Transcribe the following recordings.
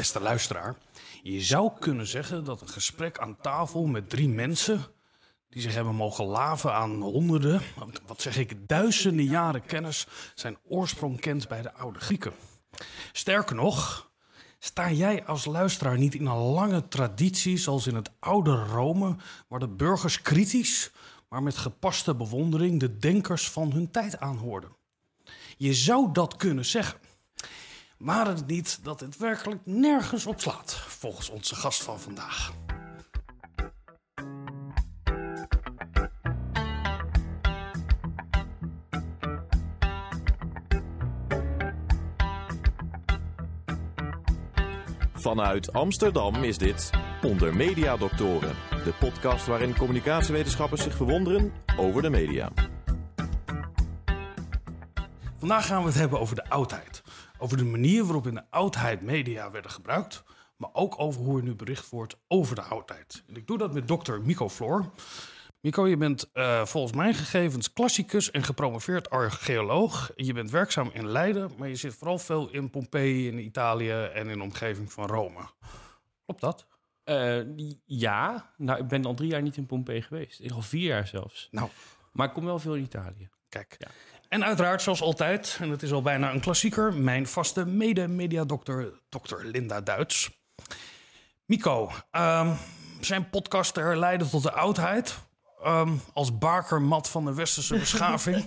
Beste luisteraar, je zou kunnen zeggen dat een gesprek aan tafel met 3 mensen die zich hebben mogen laven aan honderden, duizenden jaren kennis, zijn oorsprong kent bij de oude Grieken. Sterker nog, sta jij als luisteraar niet in een lange traditie zoals in het oude Rome, waar de burgers kritisch, maar met gepaste bewondering de denkers van hun tijd aanhoorden? Je zou dat kunnen zeggen. Maar het niet dat het werkelijk nergens op slaat, volgens onze gast van vandaag. Vanuit Amsterdam is dit Onder Media Doctoren, de podcast waarin communicatiewetenschappers zich verwonderen over de media. Vandaag gaan we het hebben over de oudheid. Over de manier waarop in de oudheid media werden gebruikt, maar ook over hoe er nu bericht wordt over de oudheid. En ik doe dat met dokter Mico Floor. Mico, je bent volgens mijn gegevens klassicus en gepromoveerd archeoloog. Je bent werkzaam in Leiden, maar je zit vooral veel in Pompeii, in Italië en in de omgeving van Rome. Klopt dat? Ja, nou, ik ben al 3 jaar niet in Pompeii geweest. Al 4 jaar zelfs. Nou, maar ik kom wel veel in Italië. Kijk. Ja. En uiteraard, zoals altijd, en het is al bijna een klassieker, mijn vaste mede-mediadokter, dokter Linda Duits. Mico, zijn podcast te herleiden tot de oudheid, als bakermat van de westerse beschaving.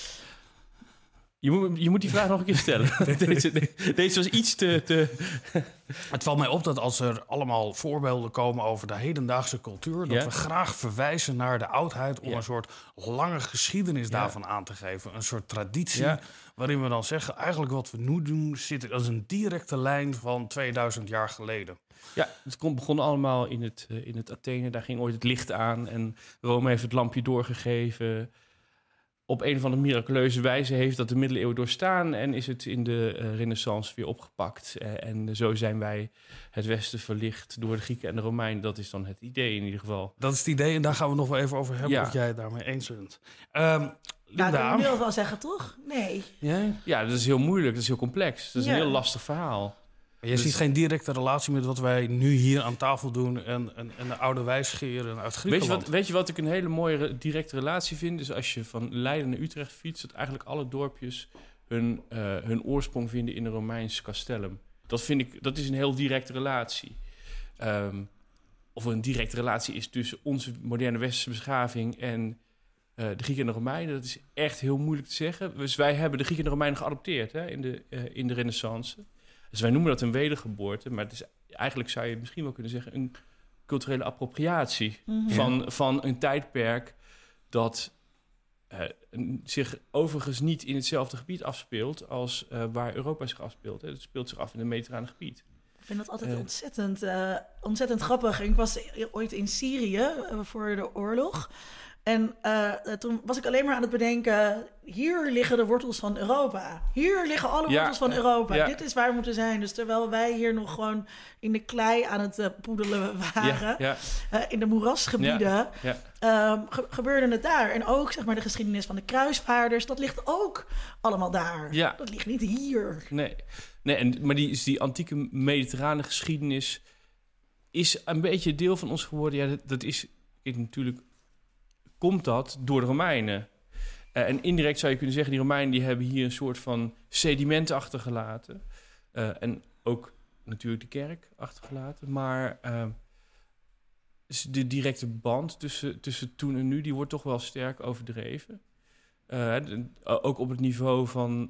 Je moet die vraag nog een keer stellen. Deze was iets te... Het valt mij op dat als er allemaal voorbeelden komen over de hedendaagse cultuur, dat we graag verwijzen naar de oudheid om een soort lange geschiedenis daarvan aan te geven. Een soort traditie waarin we dan zeggen, eigenlijk wat we nu doen zit als een directe lijn van 2000 jaar geleden. Ja, het begon allemaal in het Athene. Daar ging ooit het licht aan en Rome heeft het lampje doorgegeven. Op een of andere miraculeuze wijze heeft dat de middeleeuwen doorstaan en is het in de Renaissance weer opgepakt. En zo zijn wij het Westen verlicht door de Grieken en de Romeinen. Dat is dan het idee in ieder geval. Dat is het idee en daar gaan we nog wel even over hebben of jij het daarmee eens bent. Nou, dat kan je nu wel zeggen, toch? Nee. Ja, dat is heel moeilijk, dat is heel complex. Dat is een heel lastig verhaal. Maar je ziet geen directe relatie met wat wij nu hier aan tafel doen en de oude wijsgeren uit Griekenland. Weet je wat ik een hele mooie directe relatie vind? Dus als je van Leiden naar Utrecht fietst, dat eigenlijk alle dorpjes hun oorsprong vinden in een Romeins castellum. Dat is een heel directe relatie. Of er een directe relatie is tussen onze moderne westerse beschaving en de Grieken en de Romeinen, dat is echt heel moeilijk te zeggen. Dus wij hebben de Grieken en de Romeinen geadopteerd in de Renaissance. Dus wij noemen dat een wedergeboorte, maar het is, eigenlijk zou je misschien wel kunnen zeggen een culturele appropriatie van een tijdperk dat zich overigens niet in hetzelfde gebied afspeelt als waar Europa zich afspeelt. Het speelt zich af in het mediterrane gebied. Ik vind dat altijd ontzettend grappig. Ik was ooit in Syrië voor de oorlog. En toen was ik alleen maar aan het bedenken, hier liggen de wortels van Europa. Hier liggen alle wortels van Europa. Ja. Dit is waar we moeten zijn. Dus terwijl wij hier nog gewoon in de klei aan het poedelen waren, in de moerasgebieden, gebeurde het daar. En ook zeg maar de geschiedenis van de kruisvaarders, dat ligt ook allemaal daar. Ja. Dat ligt niet hier. Nee, maar die antieke mediterrane geschiedenis is een beetje deel van ons geworden. Ja, dat is natuurlijk... Komt dat door de Romeinen. En indirect zou je kunnen zeggen, die Romeinen die hebben hier een soort van sediment achtergelaten. En ook natuurlijk de kerk achtergelaten. Maar de directe band tussen toen en nu, die wordt toch wel sterk overdreven. Ook op het niveau van...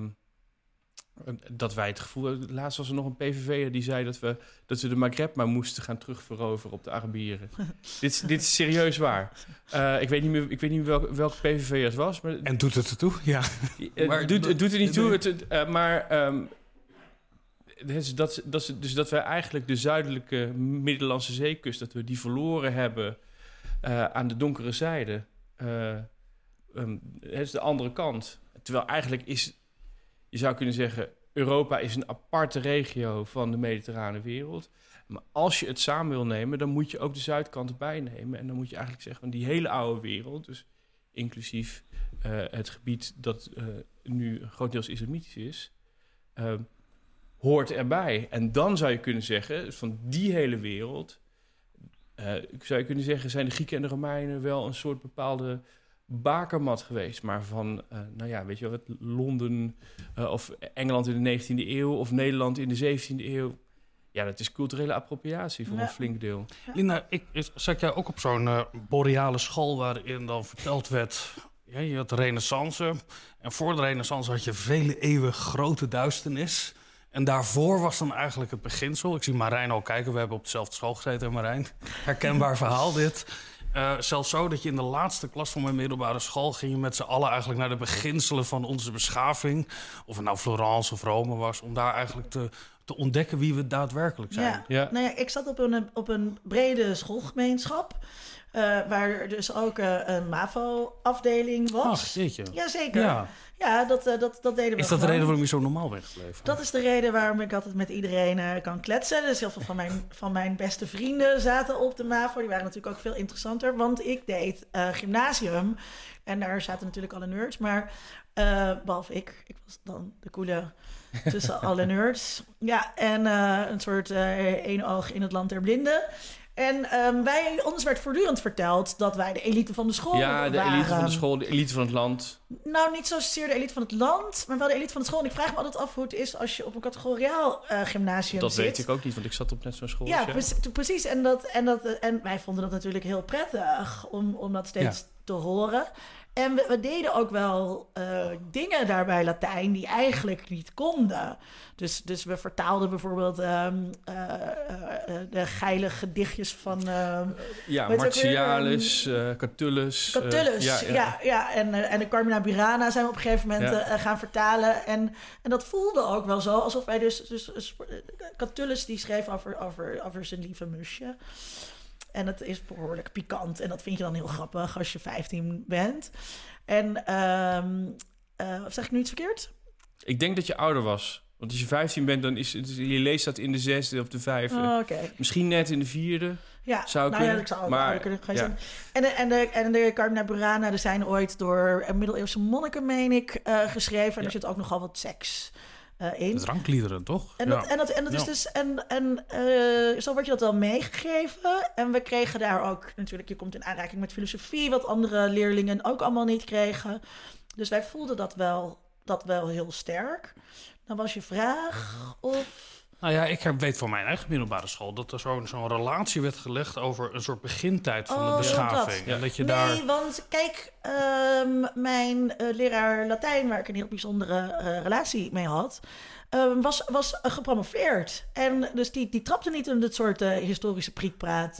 dat wij het gevoel... Laatst was er nog een PVV'er die zei dat we de Maghreb maar moesten gaan terugveroveren op de Arabieren. dit is serieus waar. Ik weet niet meer welke PVV'er het was. Maar, en doet het ertoe? Ja. Maar het doet er niet toe. Dus dat wij eigenlijk de zuidelijke Middellandse Zeekust, dat we die verloren hebben aan de donkere zijde. Het is de andere kant. Terwijl eigenlijk is... Je zou kunnen zeggen, Europa is een aparte regio van de mediterrane wereld. Maar als je het samen wil nemen, dan moet je ook de zuidkant erbij nemen. En dan moet je eigenlijk zeggen, van die hele oude wereld, dus inclusief het gebied dat nu grotendeels islamitisch is, hoort erbij. En dan zou je kunnen zeggen, van die hele wereld... zou je kunnen zeggen, zijn de Grieken en de Romeinen wel een soort bepaalde bakermat geweest. Maar van, weet je wat, Londen of Engeland in de 19e eeuw... of Nederland in de 17e eeuw... Ja, dat is culturele appropriatie voor een flink deel. Linda, zat jij ook op zo'n boreale school waarin dan verteld werd... Ja, je had de renaissance en voor de renaissance had je vele eeuwen grote duisternis. En daarvoor was dan eigenlijk het beginsel. Ik zie Marijn al kijken, we hebben op dezelfde school gezeten, Marijn. Herkenbaar verhaal dit. Zelfs zo dat je in de laatste klas van mijn middelbare school... ging je met z'n allen eigenlijk naar de beginselen van onze beschaving. Of het nou Florence of Rome was, om daar eigenlijk te ontdekken wie we daadwerkelijk zijn. Ja. Nou ja, ik zat op een brede schoolgemeenschap... waar er dus ook een MAVO-afdeling was. Ach, jeetje. Jazeker. Ja, dat deden we. Is dat de reden waarom je zo normaal bent gebleven? Dat is de reden waarom ik altijd met iedereen kan kletsen. Dus heel veel van mijn beste vrienden zaten op de MAVO. Die waren natuurlijk ook veel interessanter. Want ik deed gymnasium. En daar zaten natuurlijk alle nerds. Maar behalve ik. Ik was dan de coole tussen alle nerds. Ja, en een soort één oog in het land der blinden. En ons werd voortdurend verteld dat wij de elite van de school waren. Ja, de elite van de school, de elite van het land. Nou, niet zozeer de elite van het land, maar wel de elite van de school. En ik vraag me altijd af hoe het is als je op een categoriaal gymnasium dat zit. Dat weet ik ook niet, want ik zat op net zo'n school. Ja, precies. En wij vonden dat natuurlijk heel prettig om dat steeds te horen. En we deden ook wel dingen daarbij Latijn die eigenlijk niet konden. Dus we vertaalden bijvoorbeeld de geile gedichtjes van... Martialis, Catullus. Catullus, ja. En de Carmina Burana zijn we op een gegeven moment gaan vertalen. En dat voelde ook wel zo, alsof wij dus Catullus die schreef over zijn lieve musje. En het is behoorlijk pikant. En dat vind je dan heel grappig als je 15 bent. En zeg ik nu iets verkeerd? Ik denk dat je ouder was. Want als je 15 bent, dan je leest dat in de 6e of de 5e. Okay. Misschien net in de 4e. Ja, zou kunnen. Ja, ik zou ook ouder kunnen zijn. En de Carmina Burana, er zijn ooit door middeleeuwse monniken, meen ik, geschreven. En er zit ook nogal wat seks in. Het drankliederen, toch? Is dus... zo wordt je dat wel meegegeven. En we kregen daar ook natuurlijk... Je komt in aanraking met filosofie... wat andere leerlingen ook allemaal niet kregen. Dus wij voelden dat wel heel sterk. Dan was je vraag of... Nou ja, ik weet van mijn eigen middelbare school... dat er zo'n relatie werd gelegd over een soort begintijd van de beschaving. Ja. En dat je want kijk, mijn leraar Latijn... waar ik een heel bijzondere relatie mee had... was gepromoveerd. En dus die trapte niet in dit soort historische priekpraat.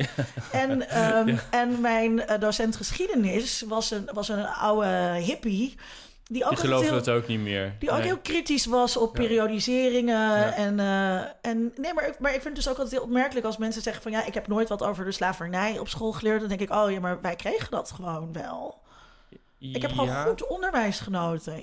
En mijn docent geschiedenis was een oude hippie... Die geloofde het ook niet meer. Die ook heel kritisch was op periodiseringen. Ja. Maar ik vind het dus ook altijd heel opmerkelijk... als mensen zeggen van... ik heb nooit wat over de slavernij op school geleerd. Dan denk ik, maar wij kregen dat gewoon wel. Ik heb gewoon goed onderwijs genoten,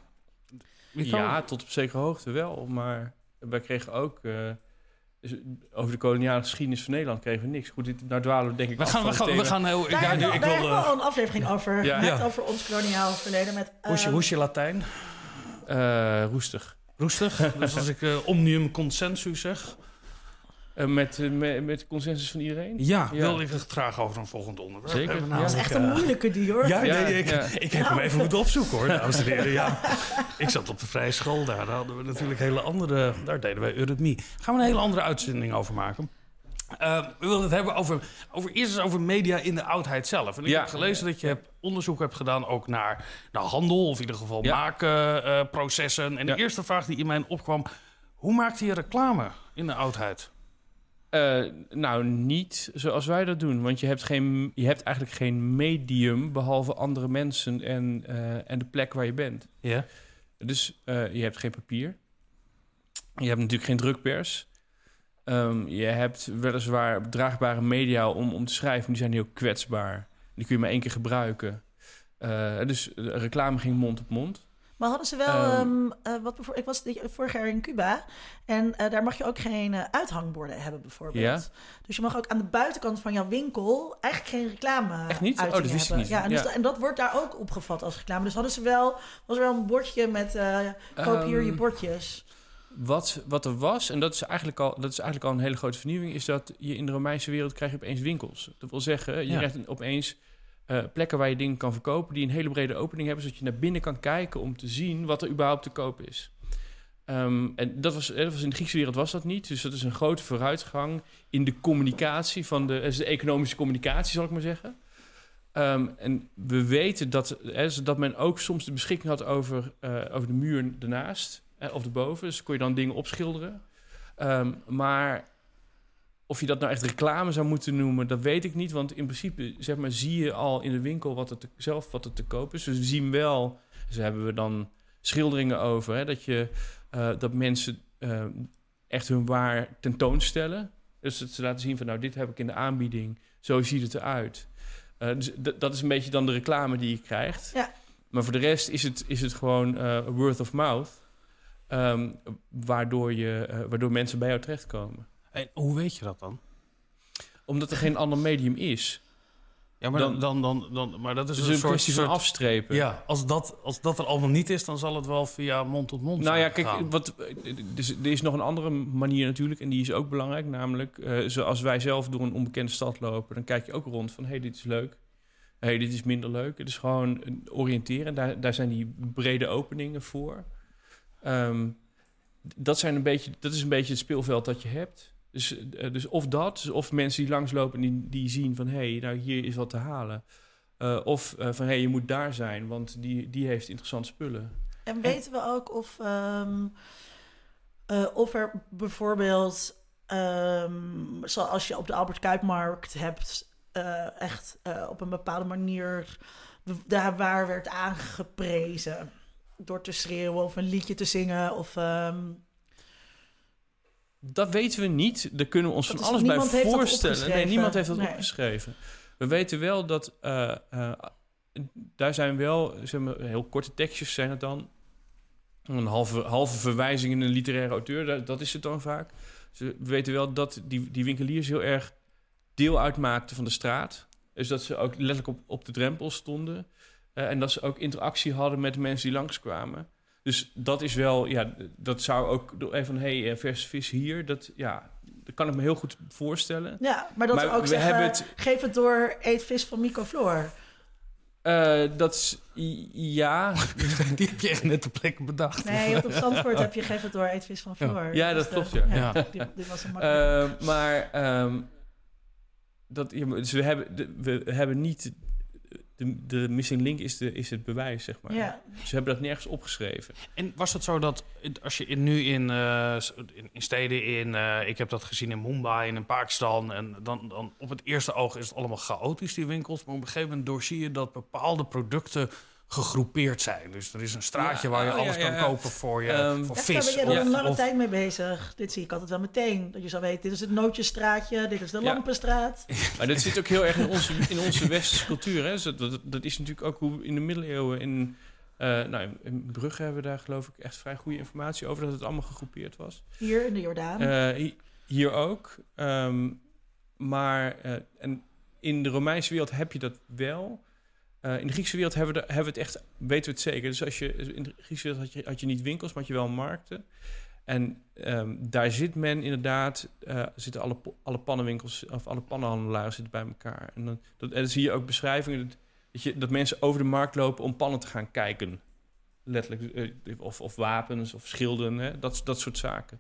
Ja, tot op zekere hoogte wel. Maar wij kregen ook... over de koloniale geschiedenis van Nederland kregen we niks. Goed, nou dwalen we denk ik we gaan heel... Daar hebben we al een aflevering over. Over ons koloniaal verleden. Hoe is je Latijn? Roestig. Roestig? Dus als ik omnium consensus zeg... Met consensus van iedereen? Ja, wilde ik het graag over een volgend onderwerp. Zeker. Dat is echt een moeilijke die, hoor. Ik heb hem even moeten opzoeken, hoor, dames en heren. Ja. Ik zat op de vrije school, daar hadden we natuurlijk hele andere... Daar deden wij eurythmie. Gaan we een hele andere uitzending over maken. We willen het hebben eerst eens over media in de oudheid zelf. En ik heb gelezen dat je onderzoek hebt gedaan ook naar handel... of in ieder geval maakprocessen. En de eerste vraag die in mij opkwam... Hoe maakte je reclame in de oudheid? Nou, niet zoals wij dat doen. Want je hebt eigenlijk geen medium... behalve andere mensen en de plek waar je bent. Ja. Dus je hebt geen papier. Je hebt natuurlijk geen drukpers. Je hebt weliswaar draagbare media om te schrijven... maar die zijn heel kwetsbaar. Die kun je maar 1 keer gebruiken. Dus reclame ging mond op mond. Maar hadden ze wel... ik was vorig jaar in Cuba... en daar mag je ook geen uithangborden hebben, bijvoorbeeld. Ja? Dus je mag ook aan de buitenkant van jouw winkel... eigenlijk geen reclame Echt niet? Dat wist ik niet. Ja, en dat wordt daar ook opgevat als reclame. Dus was er wel een bordje met... koop hier je bordjes. Wat er was, en dat is eigenlijk al een hele grote vernieuwing, is dat je in de Romeinse wereld krijg je opeens winkels. Dat wil zeggen, je krijgt opeens plekken waar je dingen kan verkopen die een hele brede opening hebben, zodat je naar binnen kan kijken om te zien wat er überhaupt te koop is. En dat was in de Griekse wereld was dat niet. Dus dat is een grote vooruitgang in de communicatie de economische communicatie, zal ik maar zeggen. En we weten dat men ook soms de beschikking had over de muur ernaast of erboven. Dus kon je dan dingen opschilderen. Maar of je dat nou echt reclame zou moeten noemen, dat weet ik niet. Want in principe zie je al in de winkel wat er te koop is. Dus we zien wel, dus daar hebben we dan schilderingen over, dat mensen echt hun waar tentoonstellen. Dus dat ze laten zien van, nou, dit heb ik in de aanbieding. Zo ziet het eruit. Dus dat is een beetje dan de reclame die je krijgt. Ja. Maar voor de rest is het gewoon word of mouth. Waardoor mensen bij jou terechtkomen. En hoe weet je dat dan? Omdat er geen ander medium is. Ja, maar maar dat is dus een kwestie van afstrepen. Ja, als dat er allemaal niet is, dan zal het wel via mond tot mond Nou ja, kijk, gaan. Dus er is nog een andere manier natuurlijk, en die is ook belangrijk. Namelijk, zoals wij zelf door een onbekende stad lopen, dan kijk je ook rond van, dit is leuk. Dit is minder leuk. Het is gewoon oriënteren. Daar zijn die brede openingen voor. Dat is een beetje het speelveld dat je hebt. Dus of mensen die langslopen en die zien van, nou, hier is wat te halen. Of van, je moet daar zijn, want die heeft interessante spullen. En weten we ook of er bijvoorbeeld, zoals je op de Albert Kuipmarkt hebt, echt op een bepaalde manier daar waar werd aangeprezen door te schreeuwen of een liedje te zingen of... Dat weten we niet. Daar kunnen we ons van alles bij voorstellen. Nee, niemand heeft dat opgeschreven. We weten wel dat... daar zijn wel heel korte tekstjes zijn het dan. Een halve verwijzing in een literaire auteur. Dat is het dan vaak. Dus we weten wel dat die winkeliers heel erg deel uitmaakten van de straat. Dus dat ze ook letterlijk op de drempel stonden. En dat ze ook interactie hadden met de mensen die langskwamen. Dus dat is wel, dat zou ook even van, verse vis hier, dat kan ik me heel goed voorstellen. Ja, maar dat we ook zeggen, geef het door, eet vis van Mico Floor. Dat is, ja. Die heb je echt net op plek bedacht. Nee, op Zandvoort heb je geef het door, eet vis van Floor. Ja, dat klopt, Dit was een makkelijk. Maar dus we hebben niet... De missing link is het bewijs, zeg maar. Ja. Ze hebben dat nergens opgeschreven. En was het zo dat als je nu in steden ik heb dat gezien in Mumbai en in Pakistan, en dan op het eerste oog is het allemaal chaotisch, die winkels, maar op een gegeven moment doorzie je dat bepaalde producten gegroepeerd zijn. Dus er is een straatje waar je alles kan kopen voor voor vis. Daar ben je al een lange tijd mee bezig. Dit zie ik altijd wel meteen. Dat je zou weten, dit is het Nootjesstraatje, dit is de Lampenstraat. Maar dat zit ook heel erg in onze westerse cultuur. Hè? Dus dat is natuurlijk ook hoe in de middeleeuwen... in Brugge hebben we daar geloof ik echt vrij goede informatie over... dat het allemaal gegroepeerd was. Hier in de Jordaan. Hier ook. Maar in de Romeinse wereld heb je dat wel... in de Griekse wereld hebben we het echt, weten we het zeker. Dus in de Griekse wereld had je niet winkels, maar had je wel markten. En daar zit men inderdaad, zitten alle pannenwinkels of alle pannenhandelaren zitten bij elkaar. En dan zie je ook beschrijvingen dat mensen over de markt lopen om pannen te gaan kijken. Letterlijk, of wapens of schilden, hè? Dat soort zaken.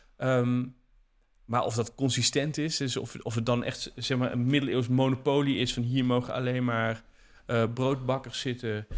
Maar of dat consistent is, dus of het dan echt zeg maar een middeleeuws monopolie is van hier mogen alleen maar broodbakkers zitten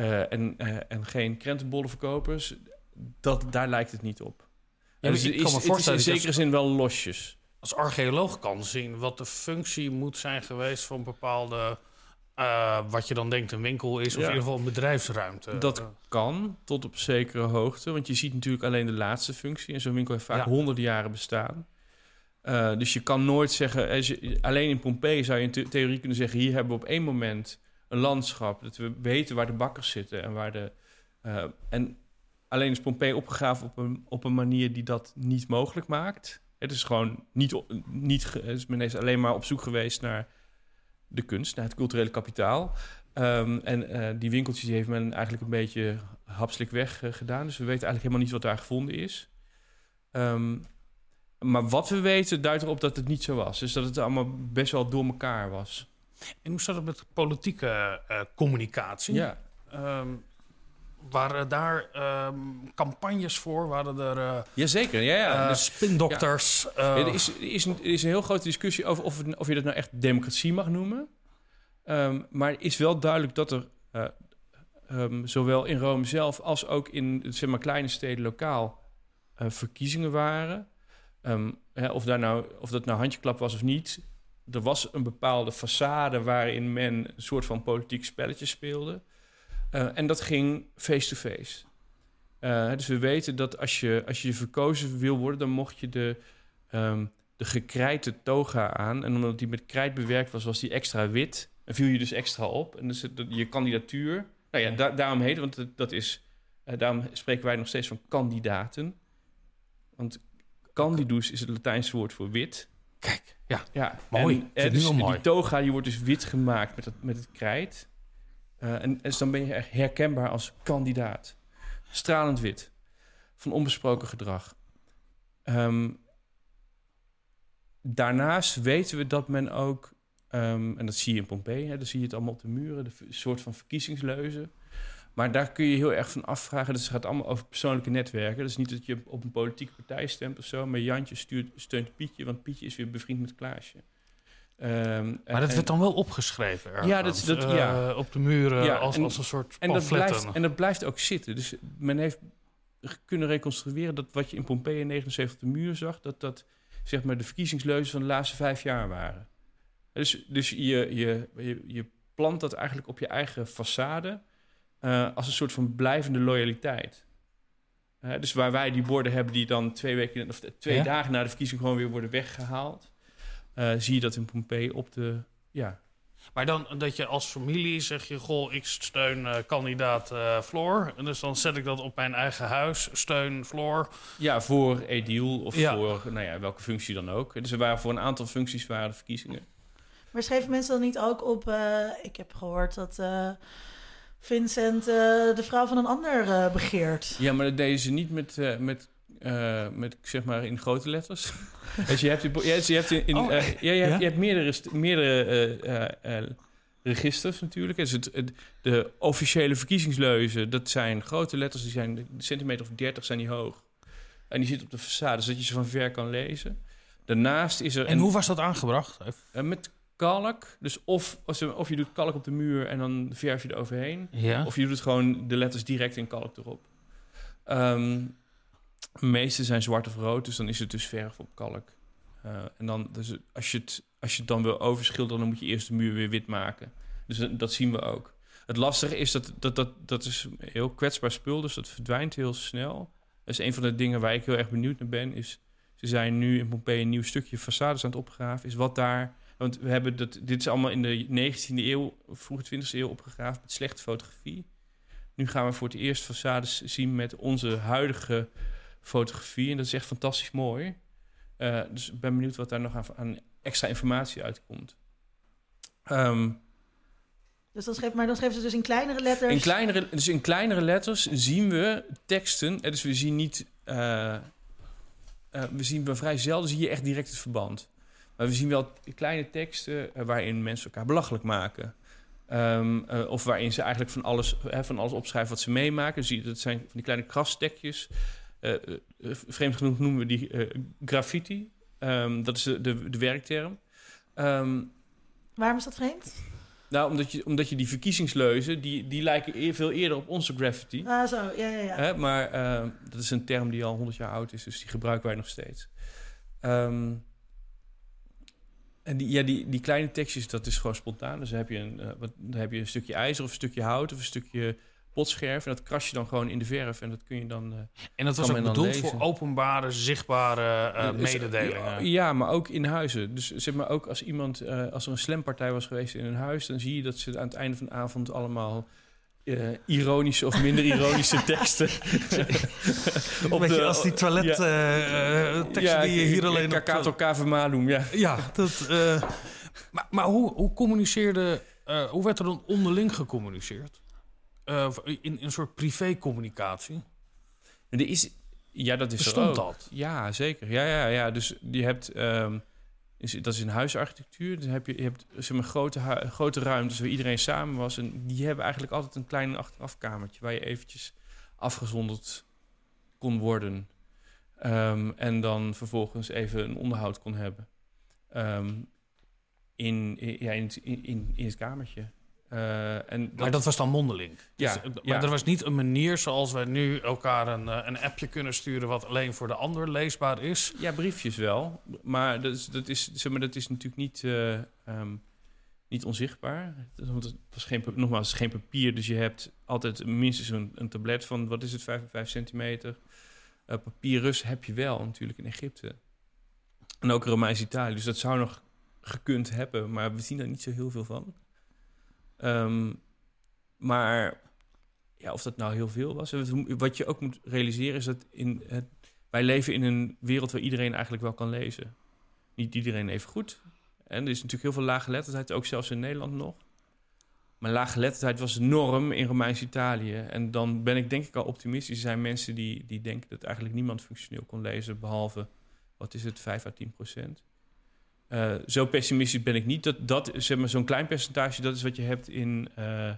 en geen krentenbollenverkopers, daar lijkt het niet op. Ja, dus het is in zekere zin wel losjes. Als archeoloog kan zien wat de functie moet zijn geweest van bepaalde, wat je dan denkt een winkel is, of in ieder geval een bedrijfsruimte. Dat kan, tot op zekere hoogte, want je ziet natuurlijk alleen de laatste functie. En zo'n winkel heeft vaak honderden jaren bestaan. Dus je kan nooit zeggen, alleen in Pompeii zou je in theorie kunnen zeggen, hier hebben we op één moment een landschap, dat we weten waar de bakkers zitten en waar en alleen is Pompeii opgegraven op een manier die dat niet mogelijk maakt. Het is gewoon men is alleen maar op zoek geweest naar de kunst, naar het culturele kapitaal. En die winkeltjes die heeft men eigenlijk een beetje hapselijk weggedaan. Dus we weten eigenlijk helemaal niet wat daar gevonden is. Maar wat we weten duidt erop dat het niet zo was. Dus dat het allemaal best wel door elkaar was. En hoe staat het met politieke communicatie? Ja. Waren daar campagnes voor? Waren er Jazeker, ja. Dus, spindokters? er is een heel grote discussie over of je dat nou echt democratie mag noemen. Maar het is wel duidelijk dat er zowel in Rome zelf als ook in zeg maar, kleine steden lokaal verkiezingen waren. Of dat nou handjeklap was of niet. Er was een bepaalde façade waarin men een soort van politiek spelletje speelde. En dat ging face-to-face. Dus we weten dat als je verkozen wil worden, dan mocht je de gekrijte toga aan. En omdat die met krijt bewerkt was, was die extra wit. En viel je dus extra op. En dus je kandidatuur... Nou ja, daarom heet het, want dat is... daarom spreken wij nog steeds van kandidaten. Want candidus is het Latijnse woord voor wit. Kijk, ja. Mooi. En, dus mooi. die toga die wordt dus wit gemaakt met het krijt. En dus dan ben je echt herkenbaar als kandidaat. Stralend wit. Van onbesproken gedrag. Daarnaast weten we dat men ook... en dat zie je in Pompeii, dan zie je het allemaal op de muren. De soort van verkiezingsleuzen. Maar daar kun je heel erg van afvragen. Dus het gaat allemaal over persoonlijke netwerken. Dus niet dat je op een politieke partij stemt of zo. Maar Jantje steunt Pietje, want Pietje is weer bevriend met Klaasje. Maar dat werd dan wel opgeschreven ergens. Ja, op de muren als een soort pamfletten. En dat blijft ook zitten. Dus men heeft kunnen reconstrueren dat wat je in Pompeii in 79 op de muur zag... dat zeg maar de verkiezingsleuzen van de laatste 5 jaar waren. Dus je plant dat eigenlijk op je eigen façade... als een soort van blijvende loyaliteit. Dus waar wij die borden hebben die dan 2 dagen na de verkiezing gewoon weer worden weggehaald... zie je dat in Pompeii op de... Ja. Maar dan dat je als familie zeg je... Goh, ik steun kandidaat Floor. En dus dan zet ik dat op mijn eigen huis. Steun Floor. Ja, voor edil of voor welke functie dan ook. Dus er waren voor een aantal functies waren de verkiezingen. Maar schreven mensen dan niet ook op... ik heb gehoord dat... Vincent de vrouw van een ander begeert. Ja, maar dat deden ze niet met zeg maar in grote letters. Dus je hebt meerdere registers natuurlijk. Dus de officiële verkiezingsleuzen, dat zijn grote letters. Die zijn een centimeter of 30 zijn die hoog. En die zitten op de façade, zodat je ze van ver kan lezen. Daarnaast is er... En hoe was dat aangebracht? Met kalk. Dus of je doet kalk op de muur en dan verf je er overheen. Ja. Of je doet gewoon de letters direct in kalk erop. De meeste zijn zwart of rood, dus dan is het dus verf op kalk. En dan, dus als je het dan wil overschilderen, dan moet je eerst de muur weer wit maken. Dus dat zien we ook. Het lastige is dat is heel kwetsbaar spul, dus dat verdwijnt heel snel. Dat is een van de dingen waar ik heel erg benieuwd naar ben. Ze zijn nu in Pompeii een nieuw stukje façades aan het opgraven. Is wat daar... Want we hebben dit is allemaal in de 19e eeuw, vroege 20e eeuw opgegraven met slechte fotografie. Nu gaan we voor het eerst façades zien met onze huidige fotografie. En dat is echt fantastisch mooi. Dus ik ben benieuwd wat daar nog aan extra informatie uitkomt. Dus dan schreven ze dus in kleinere letters? In kleinere letters zien we teksten. Dus we zien niet... we zien vrij zelden zie je echt direct het verband. Maar we zien wel kleine teksten waarin mensen elkaar belachelijk maken. Of waarin ze eigenlijk van alles opschrijven wat ze meemaken. Dus dat zijn van die kleine krastekjes. Vreemd genoeg noemen we die graffiti. Dat is de werkterm. Waarom is dat vreemd? Nou, omdat je die verkiezingsleuzen... die lijken veel eerder op onze graffiti. Ah, zo, ja. Maar dat is een term die al 100 jaar oud is. Dus die gebruiken wij nog steeds. En die kleine tekstjes, dat is gewoon spontaan. Dus dan heb je een stukje ijzer of een stukje hout of een stukje potscherf. En dat kras je dan gewoon in de verf en dat kun je dan en dat was ook bedoeld voor openbare, zichtbare mededelingen? Ja, maar ook in huizen. Dus zeg maar ook als er een slampartij was geweest in een huis... dan zie je dat ze aan het einde van de avond allemaal... ironische of minder ironische teksten. Als die toiletteksten die je hier alleen... Cacato Cave Malum, ja. Ja, dat... Maar hoe communiceerde... hoe werd er dan onderling gecommuniceerd? In een soort privé-communicatie? Er is Ja, dat is Bestond er ook. dat? Ja, zeker. Ja. Dus je hebt... dat is in huisarchitectuur. Dan je hebt zeg maar, grote ruimtes waar iedereen samen was. En die hebben eigenlijk altijd een klein achterafkamertje... waar je eventjes afgezonderd kon worden. En dan vervolgens even een onderhoud kon hebben. In het kamertje. Maar dat was dan mondeling. Ja, Maar er was niet een manier zoals wij nu elkaar een appje kunnen sturen... wat alleen voor de ander leesbaar is. Ja, briefjes wel. Maar dat is natuurlijk niet onzichtbaar. Want het was geen papier. Dus je hebt altijd minstens een tablet van... wat is het, 5 centimeter? Papyrus heb je wel natuurlijk in Egypte. En ook Romeins-Italië. Dus dat zou nog gekund hebben. Maar we zien daar niet zo heel veel van. Maar ja, of dat nou heel veel was. Wat je ook moet realiseren is dat wij leven in een wereld waar iedereen eigenlijk wel kan lezen. Niet iedereen even goed. En er is natuurlijk heel veel laaggeletterdheid, ook zelfs in Nederland nog. Maar laaggeletterdheid was de norm in Romeins-Italië. En dan ben ik denk ik al optimistisch. Er zijn mensen die denken dat eigenlijk niemand functioneel kon lezen... behalve, 5 à 10%. Zo pessimistisch ben ik niet. Dat zeg maar, zo'n klein percentage, dat is wat je hebt in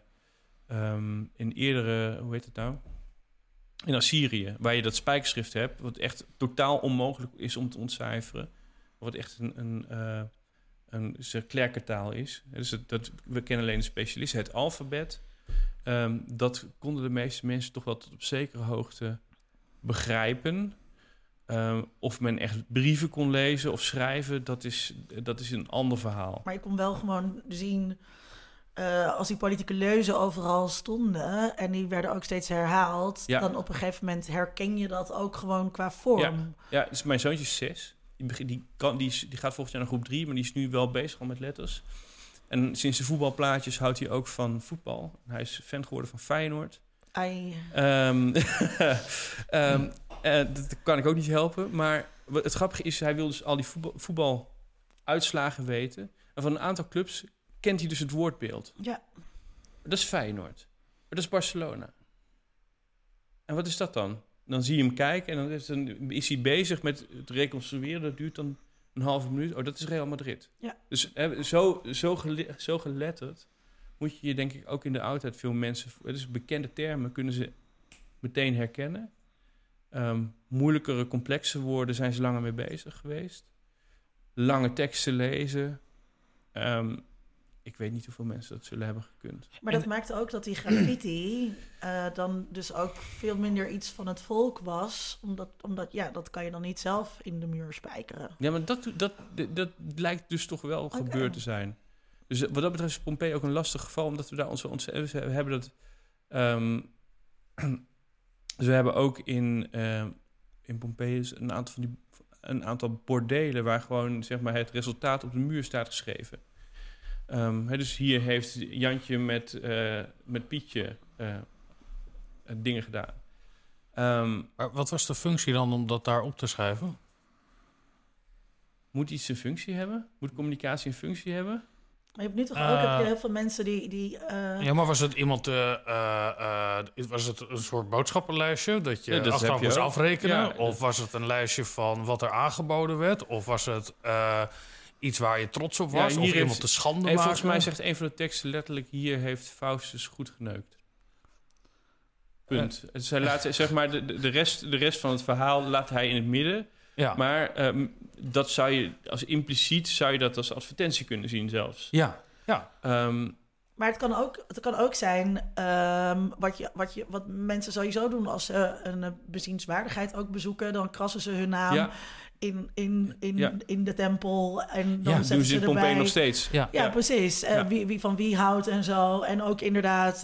eerdere... Hoe heet het nou? In Assyrië, waar je dat spijkerschrift hebt... wat echt totaal onmogelijk is om te ontcijferen. Wat echt een klerkertaal is. Dus we kennen alleen de specialisten. Het alfabet, dat konden de meeste mensen toch wel tot op zekere hoogte begrijpen... of men echt brieven kon lezen of schrijven, dat is een ander verhaal. Maar je kon wel gewoon zien, als die politieke leuzen overal stonden... en die werden ook steeds herhaald... dan op een gegeven moment herken je dat ook gewoon qua vorm. Ja, dus mijn zoontje is 6. Die gaat volgend jaar naar groep 3, maar die is nu wel bezig al met letters. En sinds de voetbalplaatjes houdt hij ook van voetbal. Hij is fan geworden van Feyenoord. Dat kan ik ook niet helpen. Maar het grappige is, hij wil dus al die voetbaluitslagen weten. En van een aantal clubs kent hij dus het woordbeeld. Ja. Dat is Feyenoord. Maar dat is Barcelona. En wat is dat dan? Dan zie je hem kijken en dan is hij bezig met het reconstrueren. Dat duurt dan een halve minuut. Oh, dat is Real Madrid. Ja. Dus zo geletterd moet je denk ik ook in de oudheid veel mensen... Dus bekende termen kunnen ze meteen herkennen. Moeilijkere, complexe woorden zijn ze langer mee bezig geweest. Lange teksten lezen. Ik weet niet hoeveel mensen dat zullen hebben gekund. Maar dat maakte ook dat die graffiti dan dus ook veel minder iets van het volk was. Omdat dat kan je dan niet zelf in de muur spijkeren. Ja, maar dat lijkt dus toch wel gebeurd te zijn. Dus wat dat betreft is Pompeii ook een lastig geval, omdat we daar we hebben dat... Dus we hebben ook in Pompeii een aantal bordelen waar gewoon zeg maar het resultaat op de muur staat geschreven. Dus hier heeft Jantje met Pietje dingen gedaan. Maar wat was de functie dan om dat daar op te schrijven? Moet iets een functie hebben? Moet communicatie een functie hebben? Maar je hebt nu toch ook heb je heel veel mensen die Ja, maar was het iemand... was het een soort boodschappenlijstje dat je achteraf moest afrekenen? Ja, of was het een lijstje van wat er aangeboden werd? Of was het iets waar je trots op was? Of iemand te schande maken? Volgens mij zegt een van de teksten letterlijk... hier heeft Faustus goed geneukt. Punt. Zij laat, zeg maar, de rest van het verhaal laat hij in het midden... Ja. Maar dat zou je als impliciet zou je dat als advertentie kunnen zien zelfs. Ja. Maar het kan ook zijn wat mensen sowieso doen als ze een bezienswaardigheid ook bezoeken, dan krassen ze hun naam in de tempel en dan zetten doen ze in erbij. Pompeii nog steeds. Ja, precies. Wie van wie houdt en zo. En ook inderdaad,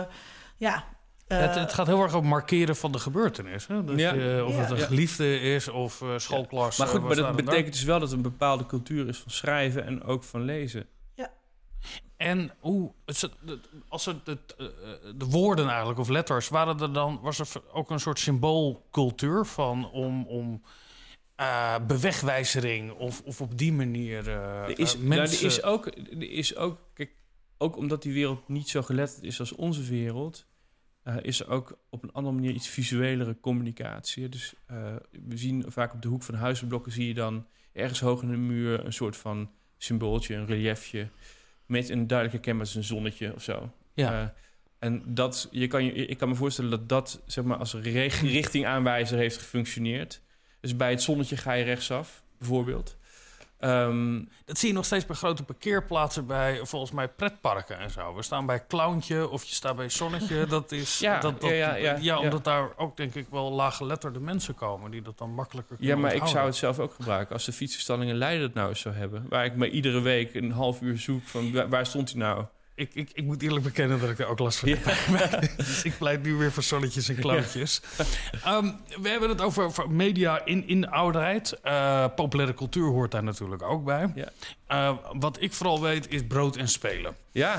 het gaat heel erg op markeren van de gebeurtenis. Hè? Of het een geliefde is of schoolklas. Maar goed, maar dat betekent dus wel dat er een bepaalde cultuur is van schrijven en ook van lezen. Ja. En als het de woorden eigenlijk, of letters, was er ook een soort symboolcultuur van om bewegwijzering of op die manier mensen... Er is ook, kijk, ook omdat die wereld niet zo geletterd is als onze wereld... is er ook op een andere manier iets visuelere communicatie. Dus we zien vaak op de hoek van huizenblokken... zie je dan ergens hoog in de muur een soort van symbooltje, een reliefje... met een duidelijk herkenbaar een zonnetje of zo. Ja. En dat, ik kan me voorstellen dat zeg maar, als richtingaanwijzer heeft gefunctioneerd. Dus bij het zonnetje ga je rechtsaf, bijvoorbeeld. Dat zie je nog steeds bij grote parkeerplaatsen, bij volgens mij pretparken en zo. We staan bij Clowntje of je staat bij Zonnetje. Dat is omdat daar ook denk ik wel laaggeletterde mensen komen die dat dan makkelijker kunnen onthouden. Ik zou het zelf ook gebruiken. Als de fietsenstalling in Leiden het nou eens zou hebben, waar ik me iedere week een half uur zoek van waar stond hij nou? Ik moet eerlijk bekennen dat ik er ook last van heb. Dus ik pleit nu weer voor zonnetjes en klauwtjes. We hebben het over media in de ouderheid. Populaire cultuur hoort daar natuurlijk ook bij. Ja. Wat ik vooral weet is brood en spelen.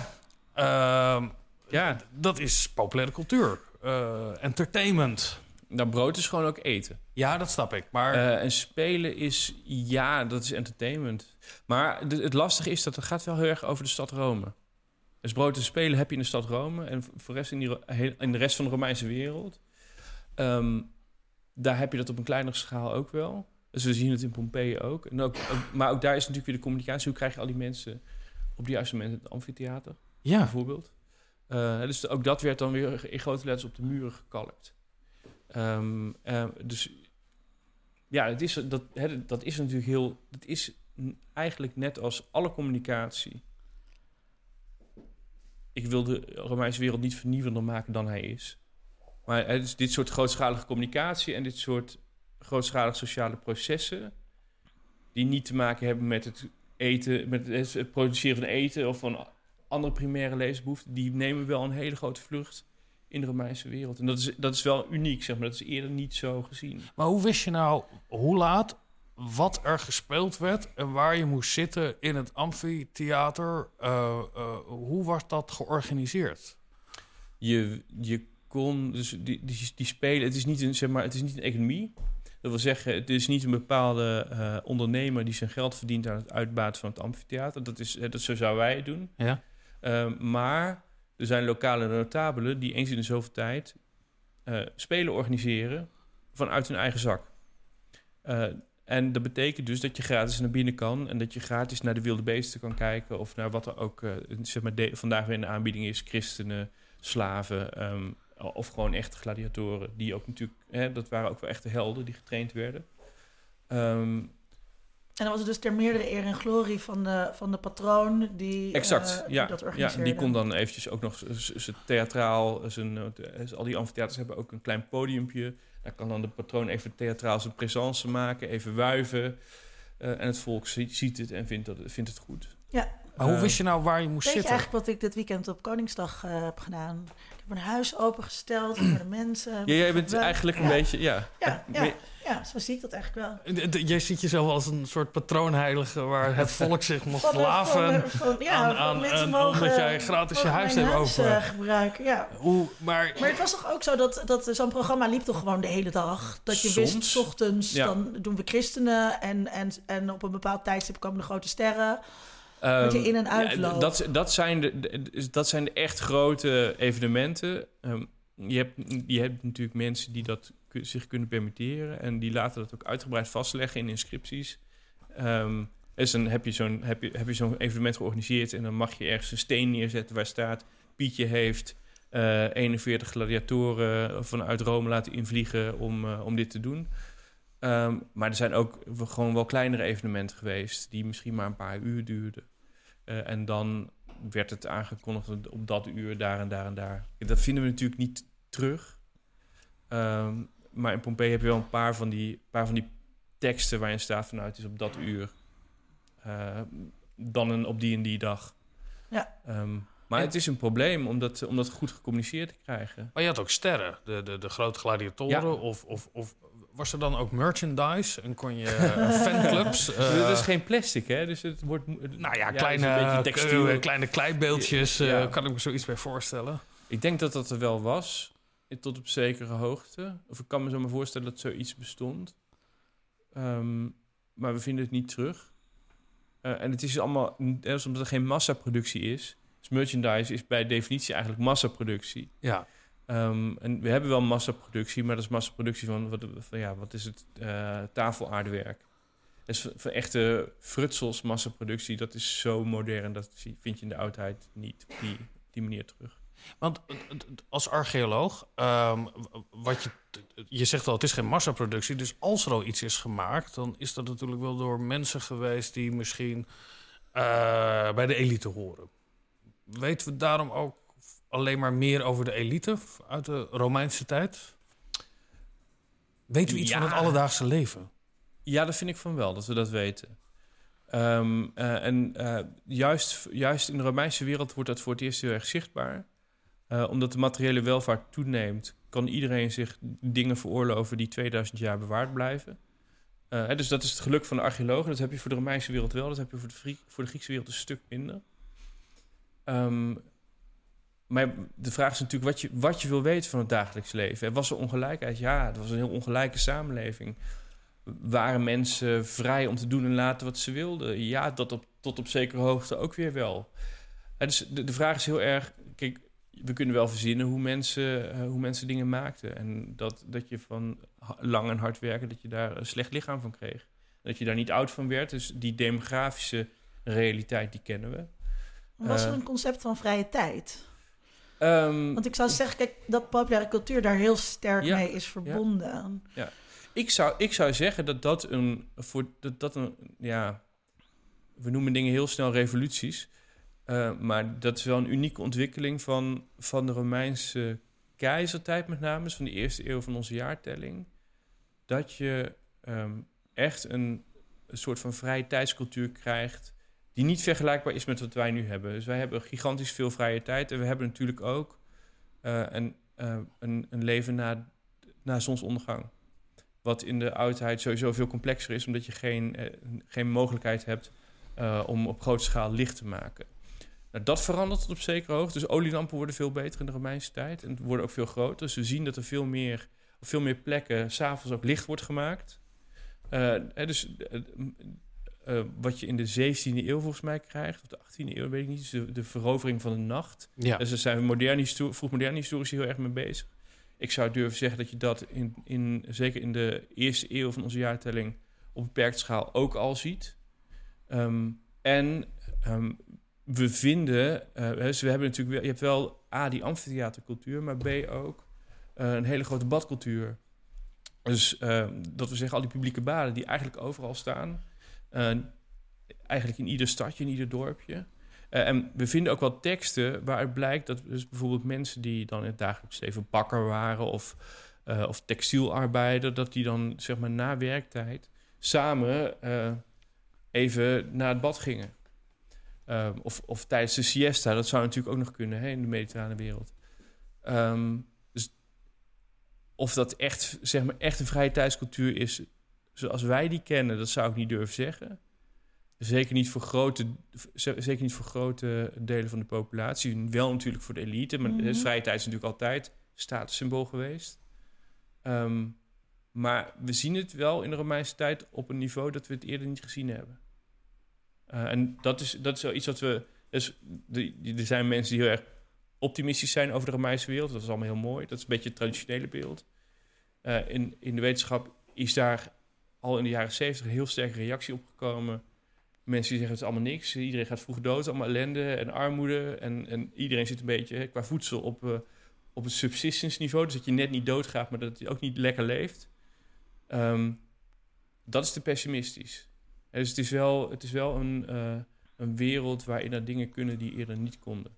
Ja. Dat is populaire cultuur. Entertainment. Nou, brood is gewoon ook eten. Ja, dat snap ik. Maar en spelen is, dat is entertainment. Maar het lastige is dat het gaat wel heel erg over de stad Rome. Dus brood en spelen heb je in de stad Rome. En voor de rest in de rest van de Romeinse wereld. Daar heb je dat op een kleinere schaal ook wel. Dus we zien het in Pompeii ook. Maar ook daar is natuurlijk weer de communicatie. Hoe krijg je al die mensen op de juiste moment in het amfitheater? Ja. Bijvoorbeeld. Dus ook dat werd dan weer in grote letters op de muren gekalkt. Dus ja, dat is natuurlijk heel... Dat is eigenlijk net als alle communicatie... Ik wil de Romeinse wereld niet vernieuwender maken dan hij is. Maar dus dit soort grootschalige communicatie... en dit soort grootschalige sociale processen... die niet te maken hebben met het eten... met het produceren van eten... of van andere primaire levensbehoeften... die nemen wel een hele grote vlucht in de Romeinse wereld. En dat is wel uniek, zeg maar. Dat is eerder niet zo gezien. Maar hoe wist je nou hoe laat... wat er gespeeld werd en waar je moest zitten in het amfitheater. Hoe was dat georganiseerd? Je kon dus die spelen. Het is niet een economie. Dat wil zeggen, het is niet een bepaalde ondernemer die zijn geld verdient aan het uitbaten van het amfitheater. Zo zouden wij het doen. Ja. Maar er zijn lokale notabelen die eens in de zoveel tijd spelen organiseren vanuit hun eigen zak. En dat betekent dus dat je gratis naar binnen kan... en dat je gratis naar de wilde beesten kan kijken... of naar wat er ook vandaag weer in de aanbieding is... christenen, slaven of gewoon echte gladiatoren... die ook natuurlijk... dat waren ook wel echte helden die getraind werden. En dan was het dus ter meerdere eer en glorie van de patroon die, exact, die dat organiseerde. Ja, die kon dan eventjes ook nog theatraal... al die amfitheaters hebben ook een klein podiumpje... Daar kan dan de patroon even theatraal zijn présence maken, even wuiven. En het volk ziet het en vindt het goed. Ja. Maar hoe wist je nou waar je moest weet zitten? Weet je eigenlijk wat ik dit weekend op Koningsdag heb gedaan? Ik heb een huis opengesteld voor de mensen. Ja, jij bent eigenlijk een beetje... Ja, zo zie ik dat eigenlijk wel. Jij ziet jezelf als een soort patroonheilige... waar het volk zich mocht laven omdat jij gratis je huis hebt open. Gebruiken, ja. Maar het was toch ook zo dat zo'n programma liep toch gewoon de hele dag? Dat je wist, 's ochtends, dan doen we christenen... en op een bepaald tijdstip komen de grote sterren... dat je in- en uitloopt. Ja, dat zijn de echt grote evenementen... Je hebt natuurlijk mensen die dat zich kunnen permitteren... en die laten dat ook uitgebreid vastleggen in inscripties. Dus dan heb je zo'n evenement georganiseerd... en dan mag je ergens een steen neerzetten waar staat... Pietje heeft 41 gladiatoren vanuit Rome laten invliegen om dit te doen. Maar er zijn ook gewoon wel kleinere evenementen geweest... die misschien maar een paar uur duurden. En dan werd het aangekondigd op dat uur, daar en daar en daar. Dat vinden we natuurlijk niet terug. Maar in Pompeii heb je wel een paar van die teksten waarin staat vanuit het is op dat uur. Dan op die en die dag. Ja. Maar het is een probleem om dat goed gecommuniceerd te krijgen. Maar je had ook sterren, de grote gladiatoren. Ja. Of was er dan ook merchandise? En kon je fanclubs? Dat is geen plastic, hè? Dus het wordt... Nou ja, kleine kleibeeldjes. Kan ik me zoiets bij voorstellen. Ik denk dat er wel was. Tot op zekere hoogte. Of ik kan me zo maar voorstellen dat zoiets bestond. Maar we vinden het niet terug. En het is allemaal... omdat er geen massaproductie is... Dus merchandise is bij definitie eigenlijk massaproductie. Ja. En we hebben wel massaproductie, maar dat is massaproductie van wat is het? Tafelaardewerk. Dus voor echte frutsels massaproductie, dat is zo modern, dat vind je in de oudheid niet op die manier terug. Want als archeoloog, je zegt al, het is geen massaproductie, dus als er al iets is gemaakt, dan is dat natuurlijk wel door mensen geweest die misschien bij de elite horen. Weten we daarom ook alleen maar meer over de elite uit de Romeinse tijd? Weten we iets van het alledaagse leven? Ja, dat vind ik van wel, dat we dat weten. Juist in de Romeinse wereld wordt dat voor het eerst heel erg zichtbaar. Omdat de materiële welvaart toeneemt, kan iedereen zich dingen veroorloven die 2000 jaar bewaard blijven. Dus dat is het geluk van de archeologen. Dat heb je voor de Romeinse wereld wel, dat heb je voor de Griekse wereld een stuk minder. Maar de vraag is natuurlijk wat je wil weten van het dagelijks leven. Was er ongelijkheid? Ja, het was een heel ongelijke samenleving. Waren mensen vrij om te doen en laten wat ze wilden? Ja, tot op zekere hoogte ook weer wel. Dus de vraag is heel erg... Kijk, we kunnen wel verzinnen hoe mensen dingen maakten. En dat je van lang en hard werken, dat je daar een slecht lichaam van kreeg. Dat je daar niet oud van werd. Dus die demografische realiteit, die kennen we. Was er een concept van vrije tijd? Want ik zou zeggen, kijk, dat populaire cultuur daar heel sterk mee is verbonden. Ja. Ik zou zeggen dat we noemen dingen heel snel revoluties. Maar dat is wel een unieke ontwikkeling van de Romeinse keizertijd met name. Dus van de eerste eeuw van onze jaartelling. Dat je echt een soort van vrije tijdscultuur krijgt die niet vergelijkbaar is met wat wij nu hebben. Dus wij hebben gigantisch veel vrije tijd. En we hebben natuurlijk ook een leven na zonsondergang. Wat in de oudheid sowieso veel complexer is, omdat je geen mogelijkheid hebt om op grote schaal licht te maken. Nou, dat verandert tot op zekere hoogte. Dus olielampen worden veel beter in de Romeinse tijd en worden ook veel groter. Dus we zien dat er veel meer plekken 's avonds ook licht wordt gemaakt. Wat je in de 17e eeuw volgens mij krijgt, of de 18e eeuw, weet ik niet, dus de verovering van de nacht. Ja. Dus daar zijn vroeg-moderne historici heel erg mee bezig. Ik zou durven zeggen dat je dat zeker in de eerste eeuw van onze jaartelling op beperkte schaal ook al ziet. We vinden, dus we hebben natuurlijk je hebt wel A, die amfitheatercultuur, maar B ook een hele grote badcultuur. Dus dat we zeggen, al die publieke baden die eigenlijk overal staan. Eigenlijk in ieder stadje, in ieder dorpje. En we vinden ook wel teksten waaruit blijkt dat dus bijvoorbeeld mensen die dan in het dagelijks leven bakker waren of textielarbeider, dat die dan zeg maar na werktijd samen even naar het bad gingen. Of tijdens de siesta, dat zou natuurlijk ook nog kunnen in de mediterrane wereld. Dus of dat echt een vrije tijdscultuur is zoals wij die kennen, dat zou ik niet durven zeggen. Zeker niet voor grote delen van de populatie. Wel natuurlijk voor de elite, maar vrije tijd is natuurlijk altijd statussymbool geweest. Maar we zien het wel in de Romeinse tijd op een niveau dat we het eerder niet gezien hebben. En dat is wel iets wat we... Dus er zijn mensen die heel erg optimistisch zijn over de Romeinse wereld. Dat is allemaal heel mooi. Dat is een beetje het traditionele beeld. In de wetenschap is daar al in de jaren 70 een heel sterke reactie op gekomen. Mensen die zeggen het is allemaal niks. Iedereen gaat vroeg dood. Allemaal ellende en armoede. En iedereen zit een beetje qua voedsel op het subsistence niveau. Dus dat je net niet doodgaat, maar dat je ook niet lekker leeft. Dat is te pessimistisch. Dus het is wel een wereld waarin er dingen kunnen die eerder niet konden.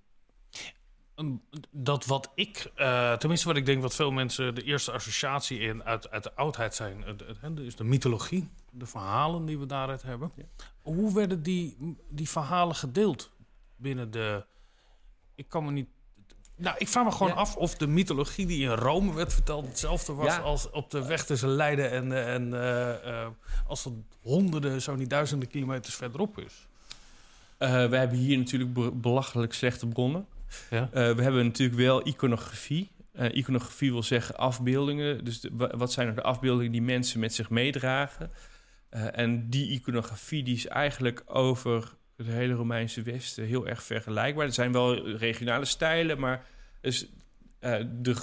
Dat wat ik, tenminste wat ik denk wat veel mensen de eerste associatie uit de oudheid zijn, dus de mythologie, de verhalen die we daaruit hebben. Ja. Hoe werden die verhalen gedeeld binnen de... Ik kan me niet... Nou, ik vraag me gewoon af of de mythologie die in Rome werd verteld hetzelfde was als op de weg tussen Leiden en als het honderden, zo niet duizenden kilometers verderop is. We hebben hier natuurlijk belachelijk slechte bronnen. Ja. We hebben natuurlijk wel iconografie. Iconografie wil zeggen afbeeldingen. Dus wat zijn er de afbeeldingen die mensen met zich meedragen? En die iconografie die is eigenlijk over het hele Romeinse Westen heel erg vergelijkbaar. Er zijn wel regionale stijlen, maar dus, de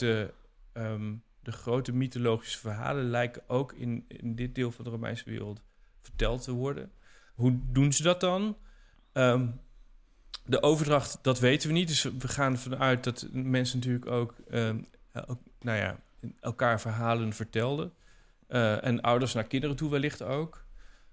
grote mythologische verhalen lijken ook in dit deel van de Romeinse wereld verteld te worden. Hoe doen ze dat dan? De overdracht, dat weten we niet. Dus we gaan ervan uit dat mensen natuurlijk ook elkaar verhalen vertelden. En ouders naar kinderen toe wellicht ook.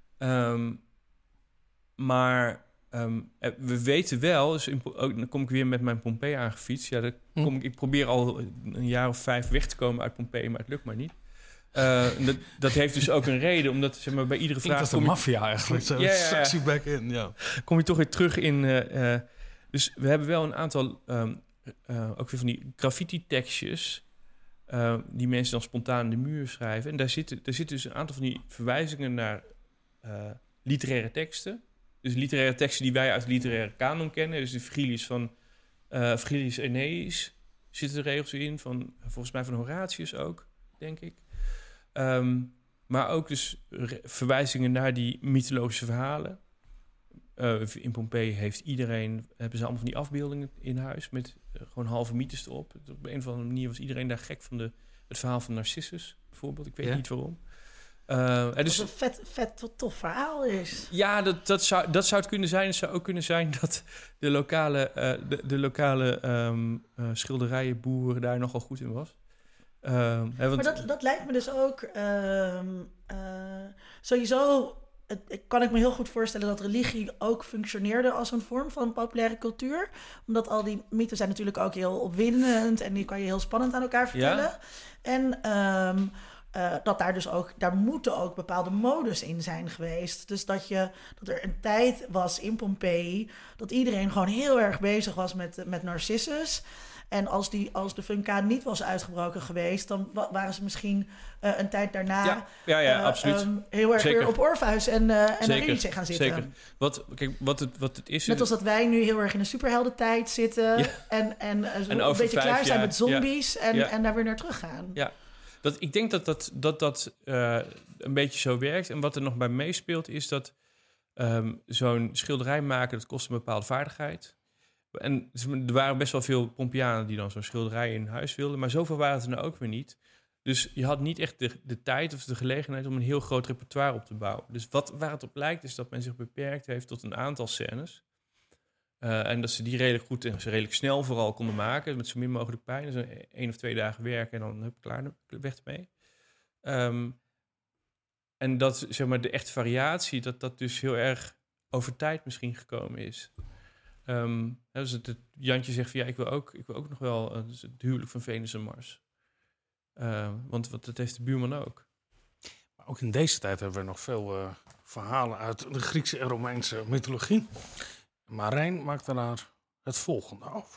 Maar we weten wel, dus dan kom ik weer met mijn Pompeii aangefietst. Ja, ik probeer al een jaar of 5 weg te komen uit Pompeii, maar het lukt maar niet. Dat heeft dus ook een reden, omdat zeg maar, bij iedere vraag... Dat is de maffia eigenlijk, zo sexy back in, ja. Kom je toch weer terug in... dus we hebben wel een aantal, ook weer van die graffiti-tekstjes... die mensen dan spontaan in de muur schrijven. En daar zitten dus een aantal van die verwijzingen naar literaire teksten. Dus literaire teksten die wij uit de literaire kanon kennen. Dus de Virgilius Aeneis zitten er regels in. Volgens mij van Horatius ook, denk ik. Maar ook dus verwijzingen naar die mythologische verhalen. In Pompeii hebben ze allemaal van die afbeeldingen in huis... met gewoon halve mythes erop. Op een of andere manier was iedereen daar gek van het verhaal van Narcissus, bijvoorbeeld. Ik weet niet waarom. Dus een vet tof verhaal is. Ja, dat zou het kunnen zijn. Het zou ook kunnen zijn dat de lokale schilderijenboer daar nogal goed in was. Maar dat lijkt me dus ook sowieso... Kan ik me heel goed voorstellen dat religie ook functioneerde als een vorm van populaire cultuur. Omdat al die mythen zijn natuurlijk ook heel opwindend en die kan je heel spannend aan elkaar vertellen. Ja. En daar moeten ook bepaalde modes in zijn geweest. Dus dat er een tijd was in Pompeii dat iedereen gewoon heel erg bezig was met Narcissus. En als de vulkaan niet was uitgebroken geweest, dan waren ze misschien een tijd daarna absoluut. Heel erg weer op Orpheus en Eurydice gaan zitten. Zeker. Wat het is... Net als dat wij nu heel erg in de superheldentijd zitten en een beetje klaar zijn met zombies en daar weer naar terug gaan. Ja. Ik denk dat een beetje zo werkt. En wat er nog bij meespeelt is dat zo'n schilderij maken, dat kost een bepaalde vaardigheid. En er waren best wel veel Pompeianen die dan zo'n schilderij in huis wilden. Maar zoveel waren het er nou ook weer niet. Dus je had niet echt de tijd of de gelegenheid om een heel groot repertoire op te bouwen. Dus waar het op lijkt is dat men zich beperkt heeft tot een aantal scènes. En dat ze die redelijk goed en redelijk snel vooral konden maken. Met zo min mogelijk pijn. Dus 1 of 2 dagen werken en dan klaar, weg ermee. En dat, zeg maar, de echte variatie, dat dus heel erg over tijd misschien gekomen is. Dus Jantje zegt van ja, ik wil ook nog wel het huwelijk van Venus en Mars. Want dat heeft de buurman ook. Maar ook in deze tijd hebben we nog veel verhalen uit de Griekse en Romeinse mythologie. Marijn maakt daar het volgende over.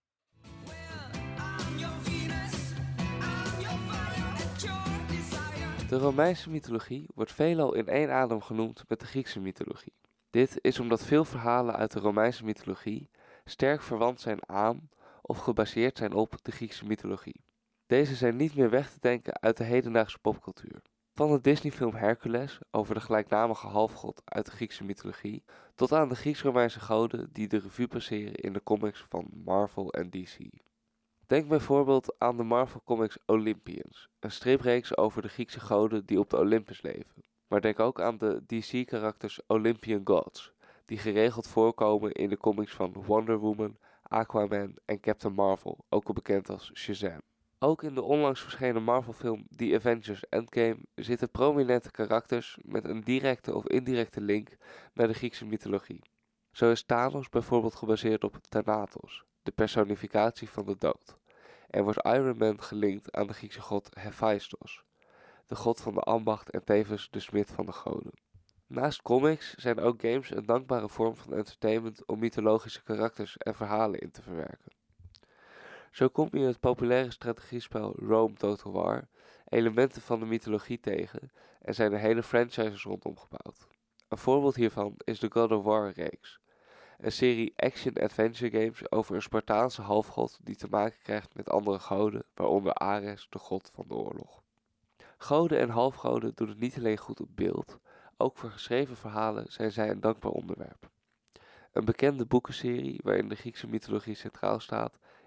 De Romeinse mythologie wordt veelal in één adem genoemd met de Griekse mythologie. Dit is omdat veel verhalen uit de Romeinse mythologie sterk verwant zijn aan of gebaseerd zijn op de Griekse mythologie. Deze zijn niet meer weg te denken uit de hedendaagse popcultuur. Van de Disney-film Hercules over de gelijknamige halfgod uit de Griekse mythologie, tot aan de Grieks-Romeinse goden die de revue passeren in de comics van Marvel en DC. Denk bijvoorbeeld aan de Marvel comics Olympians, een stripreeks over de Griekse goden die op de Olympus leven. Maar denk ook aan de DC-karakters Olympian Gods, die geregeld voorkomen in de comics van Wonder Woman, Aquaman en Captain Marvel, ook al bekend als Shazam. Ook in de onlangs verschenen Marvel-film The Avengers Endgame zitten prominente karakters met een directe of indirecte link naar de Griekse mythologie. Zo is Thanos bijvoorbeeld gebaseerd op Thanatos, de personificatie van de dood, en wordt Iron Man gelinkt aan de Griekse god Hephaistos, de god van de ambacht en tevens de smid van de goden. Naast comics zijn ook games een dankbare vorm van entertainment om mythologische karakters en verhalen in te verwerken. Zo kom je in het populaire strategiespel Rome Total War elementen van de mythologie tegen en zijn er hele franchises rondom gebouwd. Een voorbeeld hiervan is de God of War-reeks, een serie action-adventure games over een Spartaanse halfgod die te maken krijgt met andere goden, waaronder Ares, de god van de oorlog. Goden en halfgoden doen het niet alleen goed op beeld, ook voor geschreven verhalen zijn zij een dankbaar onderwerp. Een bekende boekenserie waarin de Griekse mythologie centraal staat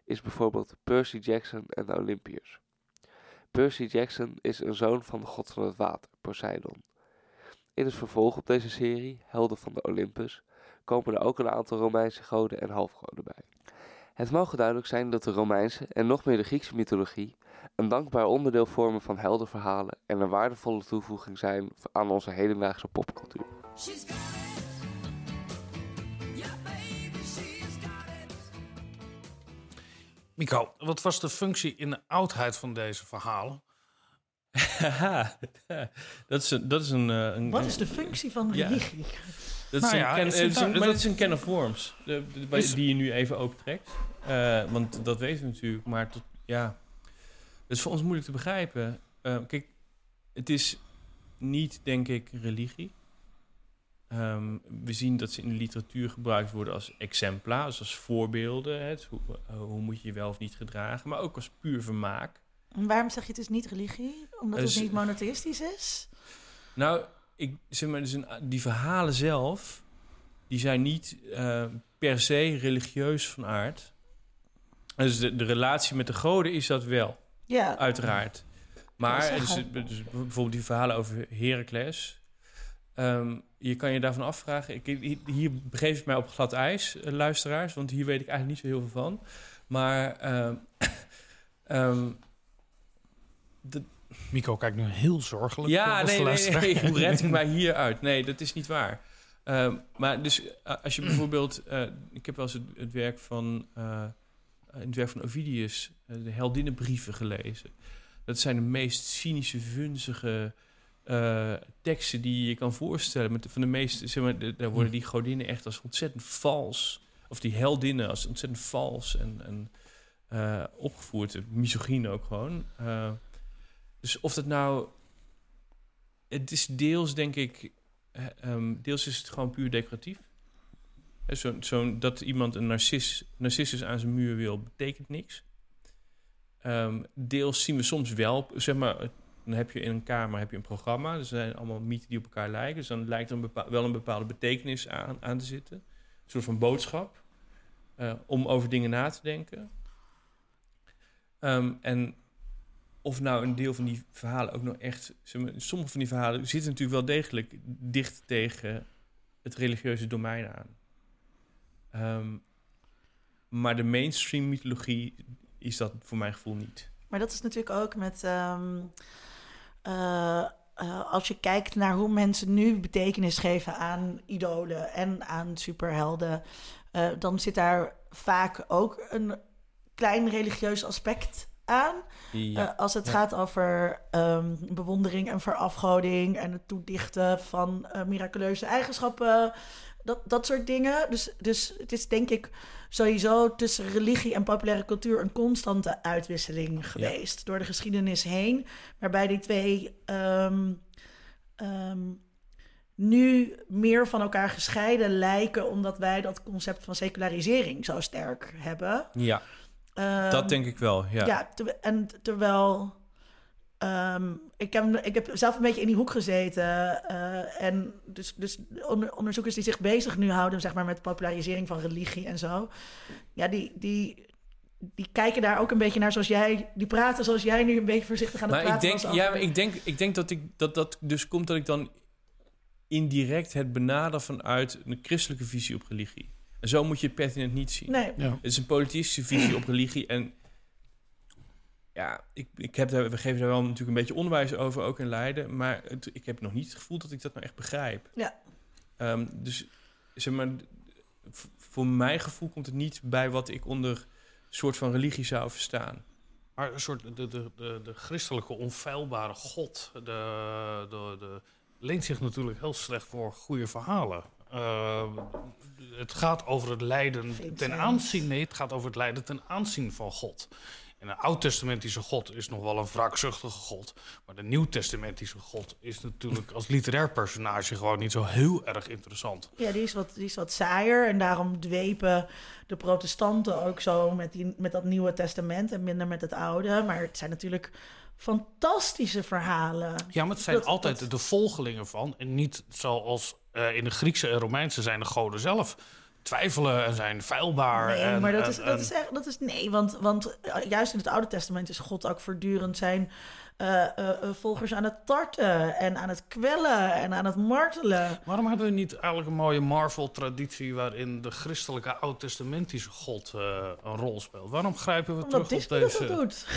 is bijvoorbeeld Percy Jackson en de Olympiërs. Percy Jackson is een zoon van de god van het water, Poseidon. In het vervolg op deze serie, Helden van de Olympus, komen er ook een aantal Romeinse goden en halfgoden bij. Het mogen duidelijk zijn dat de Romeinse en nog meer de Griekse mythologie een dankbaar onderdeel vormen van heldenverhalen en een waardevolle toevoeging zijn aan onze hedendaagse popcultuur. Mico, wat was de functie in de oudheid van deze verhalen? dat is een Wat is de functie van religie? Dat is een can of worms die je nu even opentrekt. Want dat weten we natuurlijk. Maar dat is voor ons moeilijk te begrijpen. Kijk, het is niet, denk ik, religie. We zien dat ze in de literatuur gebruikt worden als exempla, dus als voorbeelden. Hoe moet je je wel of niet gedragen, maar ook als puur vermaak. En waarom zeg je het is niet religie? Omdat het niet monotheïstisch is? Nou, die verhalen zelf, die zijn niet per se religieus van aard. Dus de relatie met de goden is dat wel, uiteraard. Maar dus bijvoorbeeld die verhalen over Heracles. Je kan je daarvan afvragen. Hier begeef ik mij op glad ijs, luisteraars, want hier weet ik eigenlijk niet zo heel veel van. Maar Mico kijkt nu heel zorgelijk. Ja, nee, hoe red ik mij hier uit? Nee, dat is niet waar. Maar dus als je bijvoorbeeld... ik heb wel eens het werk van Ovidius, de heldinnenbrieven gelezen. Dat zijn de meest cynische, vunzige teksten die je kan voorstellen. Van de meeste, daar worden die godinnen echt als ontzettend vals, of die heldinnen als ontzettend vals en opgevoerd. Misogyne ook gewoon. Dus of dat nou... Het is deels, denk ik... deels is het gewoon puur decoratief. Dat iemand een narcissus aan zijn muur wil, betekent niks. Deels zien we soms wel... Zeg maar, dan heb je in een kamer een programma. Dus er zijn allemaal mythen die op elkaar lijken. Dus dan lijkt er wel een bepaalde betekenis aan te zitten. Een soort van boodschap. Om over dingen na te denken. En... Of nou een deel van die verhalen ook nog echt... Sommige van die verhalen zitten natuurlijk wel degelijk dicht tegen het religieuze domein aan. Maar de mainstream mythologie is dat voor mijn gevoel niet. Maar dat is natuurlijk ook met... als je kijkt naar hoe mensen nu betekenis geven aan idolen en aan superhelden... dan zit daar vaak ook een klein religieus aspect aan. Ja. Als het gaat over bewondering en verafgoding en het toedichten van miraculeuze eigenschappen, dat soort dingen. Dus het is denk ik sowieso tussen religie en populaire cultuur een constante uitwisseling geweest door de geschiedenis heen, waarbij die twee nu meer van elkaar gescheiden lijken, omdat wij dat concept van secularisering zo sterk hebben. Ja. Dat denk ik wel, ja. Terwijl... Ik heb zelf een beetje in die hoek gezeten. En dus onderzoekers die zich bezig nu houden, zeg maar, met popularisering van religie en zo. Ja, die kijken daar ook een beetje naar zoals jij... Die praten zoals jij nu een beetje voorzichtig aan het praten was. Ik denk dat dus komt dat ik dan indirect het benader vanuit een christelijke visie op religie. En zo moet je het pertinent niet zien. Nee. Ja. Het is een politische visie op religie. En ja, we geven daar wel natuurlijk een beetje onderwijs over, ook in Leiden. Maar ik heb nog niet het gevoel dat ik dat nou echt begrijp. Ja. Dus zeg maar, voor mijn gevoel komt het niet bij wat ik onder soort van religie zou verstaan. Maar een soort de christelijke onfeilbare God, leent zich natuurlijk heel slecht voor goede verhalen. Het gaat over het lijden ten aanzien. Nee, het gaat over het lijden ten aanzien van God. En een oud-testamentische God is nog wel een wraakzuchtige God. Maar de nieuw-testamentische God is natuurlijk als literair personage gewoon niet zo heel erg interessant. Ja, die is wat saaier. En daarom dwepen de protestanten ook zo met dat Nieuwe Testament en minder met het Oude. Maar het zijn natuurlijk fantastische verhalen. Ja, maar het zijn de volgelingen van. En niet zoals in de Griekse en Romeinse zijn de goden zelf vertwijfelen en zijn feilbaar. Nee, maar dat is nee, want juist in het Oude Testament is God ook voortdurend zijn volgers aan het tarten en aan het kwellen en aan het martelen. Waarom hebben we niet eigenlijk een mooie Marvel-traditie waarin de christelijke oud-testamentische God een rol speelt? Waarom grijpen we Omdat terug op Disney deze... dat doet.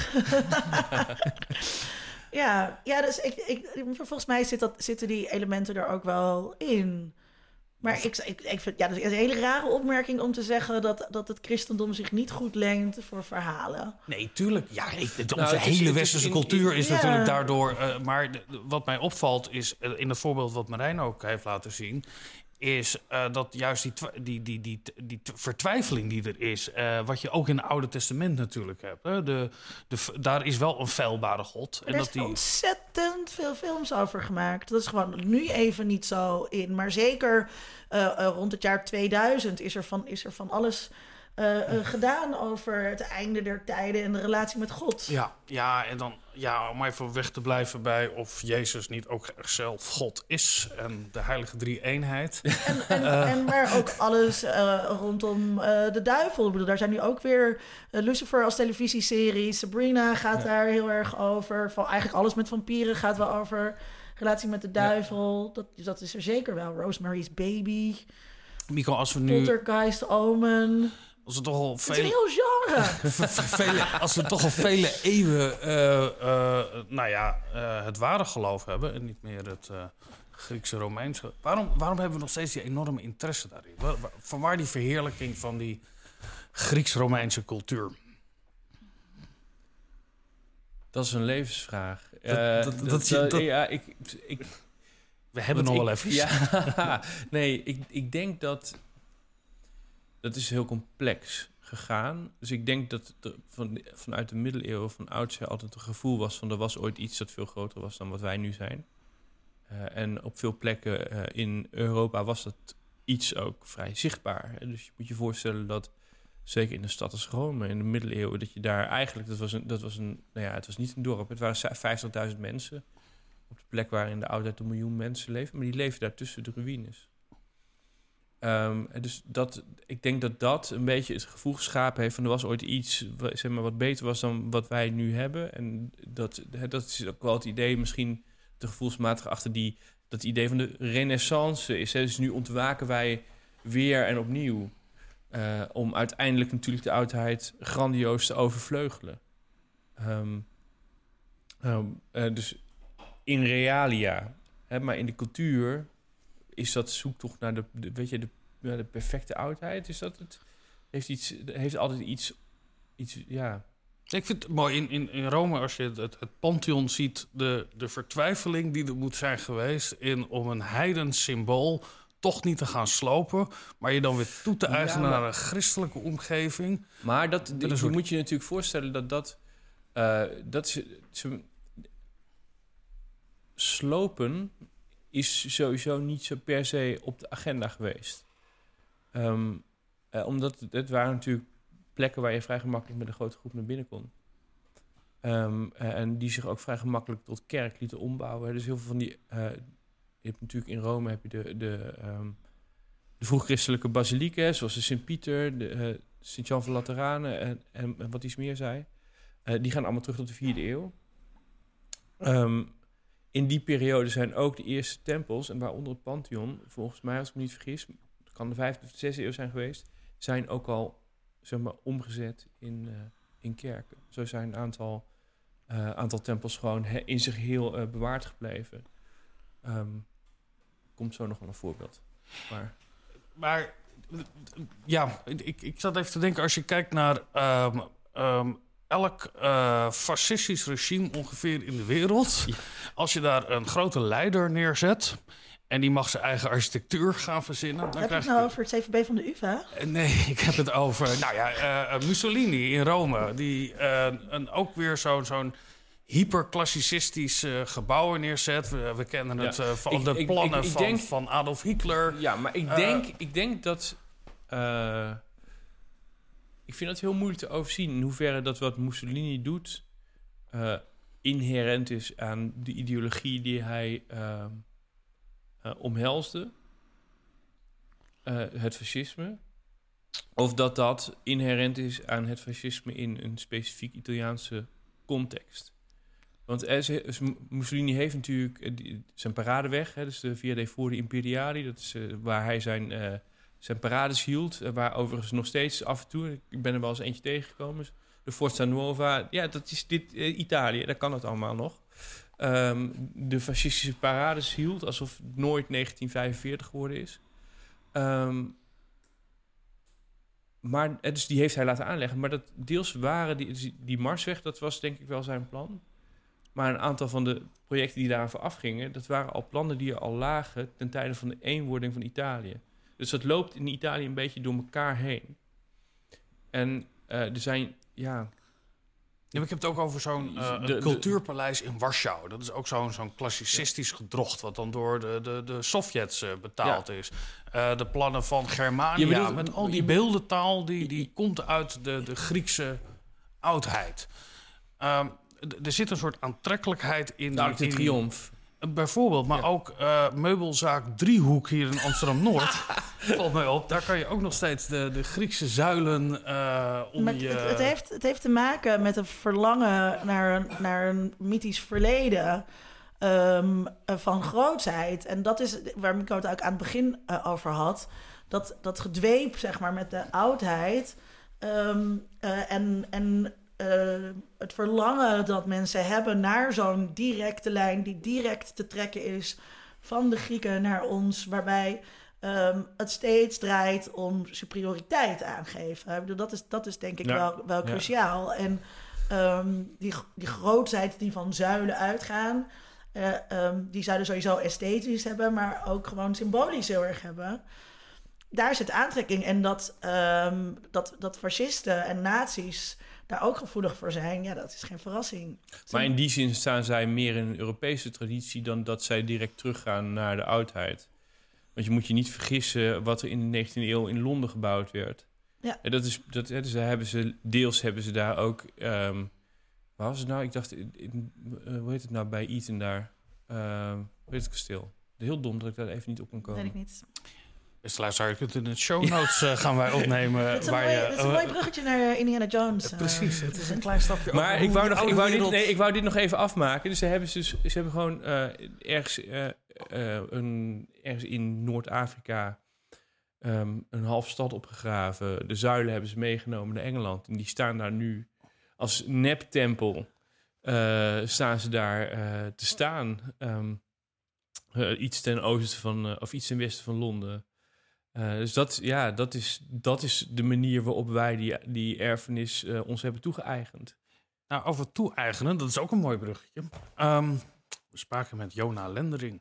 ja, dus volgens mij zitten die elementen er ook wel in. Maar ik vind dat is een hele rare opmerking om te zeggen dat het christendom zich niet goed leent voor verhalen. Nee, tuurlijk. Ja, onze hele westerse cultuur is natuurlijk daardoor... maar wat mij opvalt is, in het voorbeeld wat Marijn ook heeft laten zien... is dat juist die vertwijfeling die er is... wat je ook in het Oude Testament natuurlijk hebt. Hè? Daar is wel een feilbare God. Er zijn ontzettend veel films over gemaakt. Dat is gewoon nu even niet zo in. Maar zeker rond het jaar 2000 is er van alles... gedaan over het einde der tijden en de relatie met God. Ja, en dan om even weg te blijven bij of Jezus niet ook zelf God is en de heilige drie-eenheid. En maar ook alles rondom de duivel. Ik bedoel, daar zijn nu ook weer Lucifer als televisieserie. Sabrina gaat daar heel erg over. Eigenlijk alles met vampieren gaat wel over relatie met de duivel. Dat is er zeker wel. Rosemary's Baby. Mico, als we nu... Poltergeist, Omen... Als we toch al het is een heel genre. Als we toch al vele eeuwen het ware geloof hebben... en niet meer het Griekse Romeinse... Waarom hebben we nog steeds die enorme interesse daarin? Vanwaar die verheerlijking van die Grieks-Romeinse cultuur? Dat is een levensvraag. We hebben nog wel even. Ja, nee, ik denk dat... Dat is heel complex gegaan. Dus ik denk dat er vanuit de middeleeuwen van oudsher altijd een gevoel was van... er was ooit iets dat veel groter was dan wat wij nu zijn. En op veel plekken in Europa was dat iets ook vrij zichtbaar. Dus je moet je voorstellen dat, zeker in de stad als Rome, in de middeleeuwen... dat je daar eigenlijk, het was niet een dorp. Het waren 50.000 mensen op de plek waar in de oudheid 1 miljoen mensen leven. Maar die leven daar tussen de ruïnes. Dus ik denk dat een beetje het gevoel geschapen heeft van er was ooit iets, zeg maar, wat beter was dan wat wij nu hebben. En dat is ook wel het idee, misschien de gevoelsmatige achter dat idee van de renaissance is. Hè? Dus nu ontwaken wij weer en opnieuw om uiteindelijk natuurlijk de oudheid grandioos te overvleugelen. Dus in realia, hè, maar in de cultuur is dat zoektocht naar de perfecte oudheid? Is dat het? Heeft altijd iets, ja. Ik vind het mooi in Rome, als je het Pantheon ziet, de vertwijfeling die er moet zijn geweest om een heidens symbool toch niet te gaan slopen, maar je dan weer toe te eigenen naar een christelijke omgeving. Maar je moet je natuurlijk voorstellen dat slopen is sowieso niet zo per se op de agenda geweest. Omdat het waren natuurlijk plekken waar je vrij gemakkelijk met een grote groep naar binnen kon. En die zich ook vrij gemakkelijk tot kerk lieten ombouwen. Dus heel veel van die... je hebt natuurlijk in Rome heb je de vroeg-christelijke basilieken, zoals de Sint-Pieter, de Sint-Jan van Lateranen en wat iets meer zei. Die gaan allemaal terug tot de 4e eeuw. In die periode zijn ook de eerste tempels, en waaronder het Pantheon, volgens mij, als ik me niet vergis, het kan de 5e of de 6e eeuw zijn geweest, zijn ook al, zeg maar, omgezet in kerken. Zo zijn een aantal tempels gewoon in zich heel bewaard gebleven. Komt zo nog wel een voorbeeld. Maar ja, ik zat even te denken, als je kijkt naar elk fascistisch regime ongeveer in de wereld, als je daar een grote leider neerzet en die mag zijn eigen architectuur gaan verzinnen. Dan heb je het nou over het CVB van de UvA? Nee, ik heb het over Mussolini in Rome, die ook weer zo'n hyperklassicistisch gebouwen neerzet. We kennen het van de plannen van Adolf Hitler. Ja, maar ik denk dat... ik vind het heel moeilijk te overzien in hoeverre dat wat Mussolini doet inherent is aan de ideologie die hij omhelsde. Het fascisme. Of dat inherent is aan het fascisme in een specifiek Italiaanse context. Want Mussolini heeft natuurlijk zijn paradeweg, dus de Via dei Fori Imperiali, dat is waar hij zijn parades hield, waar overigens nog steeds af en toe, ik ben er wel eens eentje tegengekomen, de Forza Nuova, ja, dat is dit Italië, daar kan het allemaal nog. De fascistische parades hield, alsof het nooit 1945 geworden is. Maar dus die heeft hij laten aanleggen. Maar dat deels waren die Marsweg, dat was denk ik wel zijn plan. Maar een aantal van de projecten die daaraan vooraf gingen, dat waren al plannen die er al lagen ten tijde van de eenwording van Italië. Dus dat loopt in Italië een beetje door elkaar heen. En er zijn, ja, Ja, ik heb het ook over zo'n cultuurpaleis in Warschau. Dat is ook zo'n klassicistisch gedrocht, wat dan door de Sovjets betaald is. De plannen van Germania, met al die beeldentaal, die komt uit de Griekse oudheid. Er zit een soort aantrekkelijkheid in. de Arc de Triomphe. Bijvoorbeeld, maar ook meubelzaak Driehoek hier in Amsterdam-Noord. Valt mij op. Daar kan je ook nog steeds de Griekse zuilen Het heeft te maken met een verlangen naar een mythisch verleden van grootsheid. En dat is waar Mico het ook aan het begin over had. Dat gedweep, zeg maar, met de oudheid. Het verlangen dat mensen hebben naar zo'n directe lijn die direct te trekken is van de Grieken naar ons, waarbij het steeds draait om superioriteit aangeven. Ik bedoel, dat is denk ik wel cruciaal. En die grootheid die van zuilen uitgaan, die zouden sowieso esthetisch hebben, maar ook gewoon symbolisch heel erg hebben. Daar zit aantrekking en dat fascisten en nazi's daar ook gevoelig voor zijn, ja, dat is geen verrassing. Maar in die zin staan zij meer in een Europese traditie dan dat zij direct teruggaan naar de oudheid. Want je moet je niet vergissen wat er in de 19e eeuw in Londen gebouwd werd. Ja. En dus deels hebben ze daar ook. Waar was het nou? Ik dacht, hoe heet het nou bij Eton daar? Hoe heet het kasteel? Heel dom dat ik daar even niet op kan komen. Weet ik niet. Beste luisteraar, je kunt in de show notes gaan wij opnemen. Het is een mooi bruggetje naar Indiana Jones. Precies, het is een klein stapje. Maar ik wou dit nog even afmaken. Dus ze hebben gewoon ergens in Noord-Afrika een half stad opgegraven. De zuilen hebben ze meegenomen naar Engeland. En die staan daar nu als neptempel. Staan ze daar te staan. Iets ten oosten van, of iets ten westen van Londen. Dus dat is de manier waarop wij die erfenis ons hebben toegeëigend. Nou, over toe-eigenen, dat is ook een mooi bruggetje. We spraken met Jona Lendering.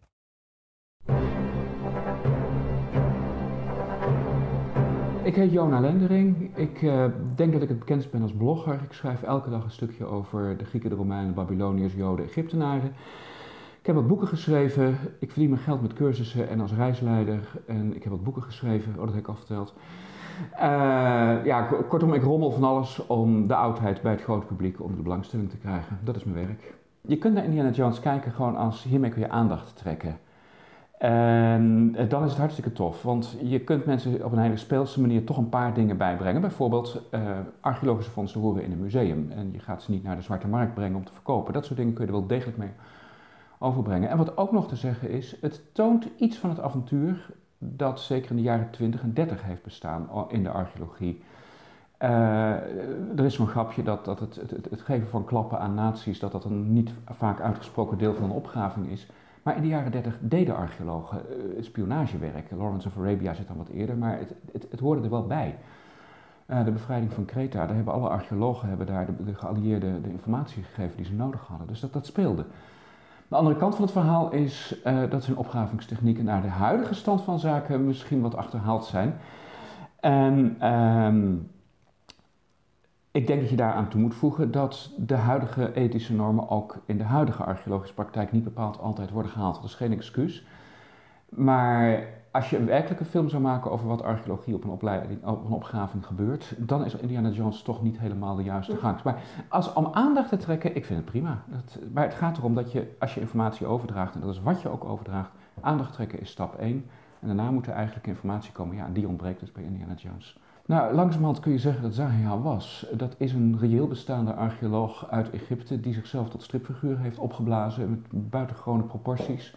Ik heet Jona Lendering. Ik denk dat ik het bekendst ben als blogger. Ik schrijf elke dag een stukje over de Grieken, de Romeinen, de Babyloniërs, Joden, Egyptenaren. Ik heb wat boeken geschreven. Ik verdien mijn geld met cursussen en als reisleider. En ik heb wat boeken geschreven. Oh, dat heb ik al verteld. Kortom, ik rommel van alles om de oudheid bij het grote publiek onder de belangstelling te krijgen. Dat is mijn werk. Je kunt naar Indiana Jones kijken gewoon als hiermee kun je aandacht trekken. En dan is het hartstikke tof, want je kunt mensen op een hele speelse manier toch een paar dingen bijbrengen. Bijvoorbeeld archeologische vondsten horen in een museum en je gaat ze niet naar de zwarte markt brengen om te verkopen. Dat soort dingen kun je er wel degelijk mee overbrengen. En wat ook nog te zeggen is, het toont iets van het avontuur dat zeker in de jaren 20 en 30 heeft bestaan in de archeologie. Er is zo'n grapje dat het geven van klappen aan nazi's, dat een niet vaak uitgesproken deel van een opgraving is. Maar in de jaren 30 deden archeologen spionagewerk. Lawrence of Arabia zit dan wat eerder, maar het hoorde er wel bij. De bevrijding van Kreta, daar hebben alle archeologen de geallieerden de informatie gegeven die ze nodig hadden. Dus dat speelde. De andere kant van het verhaal is dat zijn opgravingstechnieken naar de huidige stand van zaken misschien wat achterhaald zijn. En ik denk dat je daaraan toe moet voegen dat de huidige ethische normen ook in de huidige archeologische praktijk niet bepaald altijd worden gehaald. Dat is geen excuus. Maar als je een werkelijke film zou maken over wat archeologie op een opgraving gebeurt, dan is Indiana Jones toch niet helemaal de juiste gang. Maar om aandacht te trekken, ik vind het prima. Maar het gaat erom dat je, als je informatie overdraagt, en dat is wat je ook overdraagt, aandacht trekken is stap 1. En daarna moet er eigenlijk informatie komen. Ja, en die ontbreekt dus bij Indiana Jones. Nou, langzamerhand kun je zeggen dat Zaha was. Dat is een reëel bestaande archeoloog uit Egypte die zichzelf tot stripfiguur heeft opgeblazen met buitengewone proporties.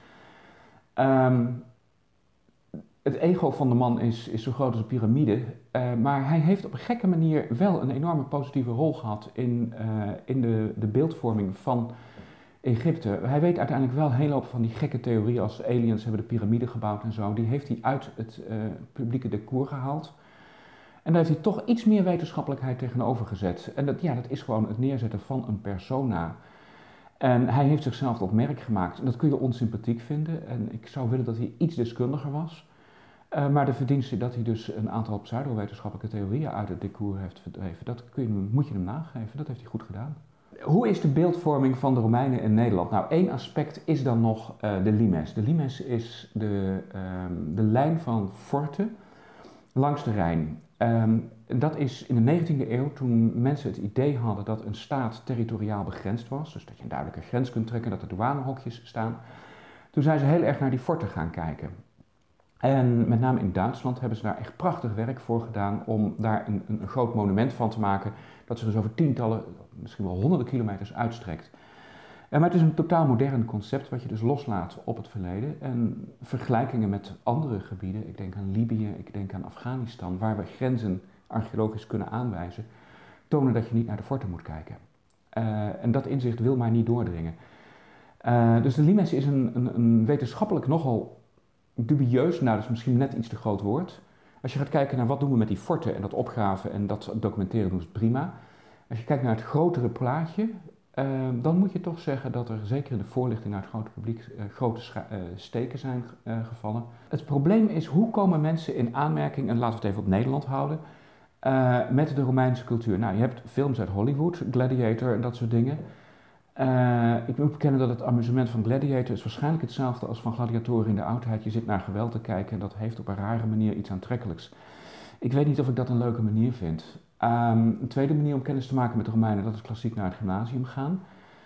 Het ego van de man is zo groot als een piramide, maar hij heeft op een gekke manier wel een enorme positieve rol gehad in de beeldvorming van Egypte. Hij weet uiteindelijk wel een hele hoop van die gekke theorieën als aliens hebben de piramide gebouwd en zo. Die heeft hij uit het publieke decor gehaald. En daar heeft hij toch iets meer wetenschappelijkheid tegenover gezet. En dat is gewoon het neerzetten van een persona. En hij heeft zichzelf tot merk gemaakt. En dat kun je onsympathiek vinden. En ik zou willen dat hij iets deskundiger was. Maar de verdienste dat hij dus een aantal pseudo-wetenschappelijke theorieën uit het decor heeft verdreven, dat moet je hem nageven. Dat heeft hij goed gedaan. Hoe is de beeldvorming van de Romeinen in Nederland? Nou, één aspect is dan nog de limes. De limes is de lijn van forten langs de Rijn. Dat is in de 19e eeuw, toen mensen het idee hadden dat een staat territoriaal begrensd was, dus dat je een duidelijke grens kunt trekken, dat er douanehokjes staan, toen zijn ze heel erg naar die forten gaan kijken. En met name in Duitsland hebben ze daar echt prachtig werk voor gedaan om daar een groot monument van te maken, dat zich dus over tientallen, misschien wel honderden kilometers uitstrekt. Maar het is een totaal modern concept wat je dus loslaat op het verleden. En vergelijkingen met andere gebieden, ik denk aan Libië, ik denk aan Afghanistan, waar we grenzen archeologisch kunnen aanwijzen, tonen dat je niet naar de forten moet kijken. En dat inzicht wil maar niet doordringen. Dus de limes is een wetenschappelijk nogal dubieus, nou dat is misschien net iets te groot woord. Als je gaat kijken naar wat doen we met die forten en dat opgraven en dat documenteren doen is prima. Als je kijkt naar het grotere plaatje, dan moet je toch zeggen dat er zeker in de voorlichting naar het grote publiek grote steken zijn gevallen. Het probleem is, hoe komen mensen in aanmerking, en laten we het even op Nederland houden, met de Romeinse cultuur. Nou, je hebt films uit Hollywood, Gladiator en dat soort dingen. Ik moet bekennen dat het amusement van Gladiator is waarschijnlijk hetzelfde als van gladiatoren in de oudheid. Je zit naar geweld te kijken en dat heeft op een rare manier iets aantrekkelijks. Ik weet niet of ik dat een leuke manier vind. Een tweede manier om kennis te maken met de Romeinen, dat is klassiek naar het gymnasium gaan.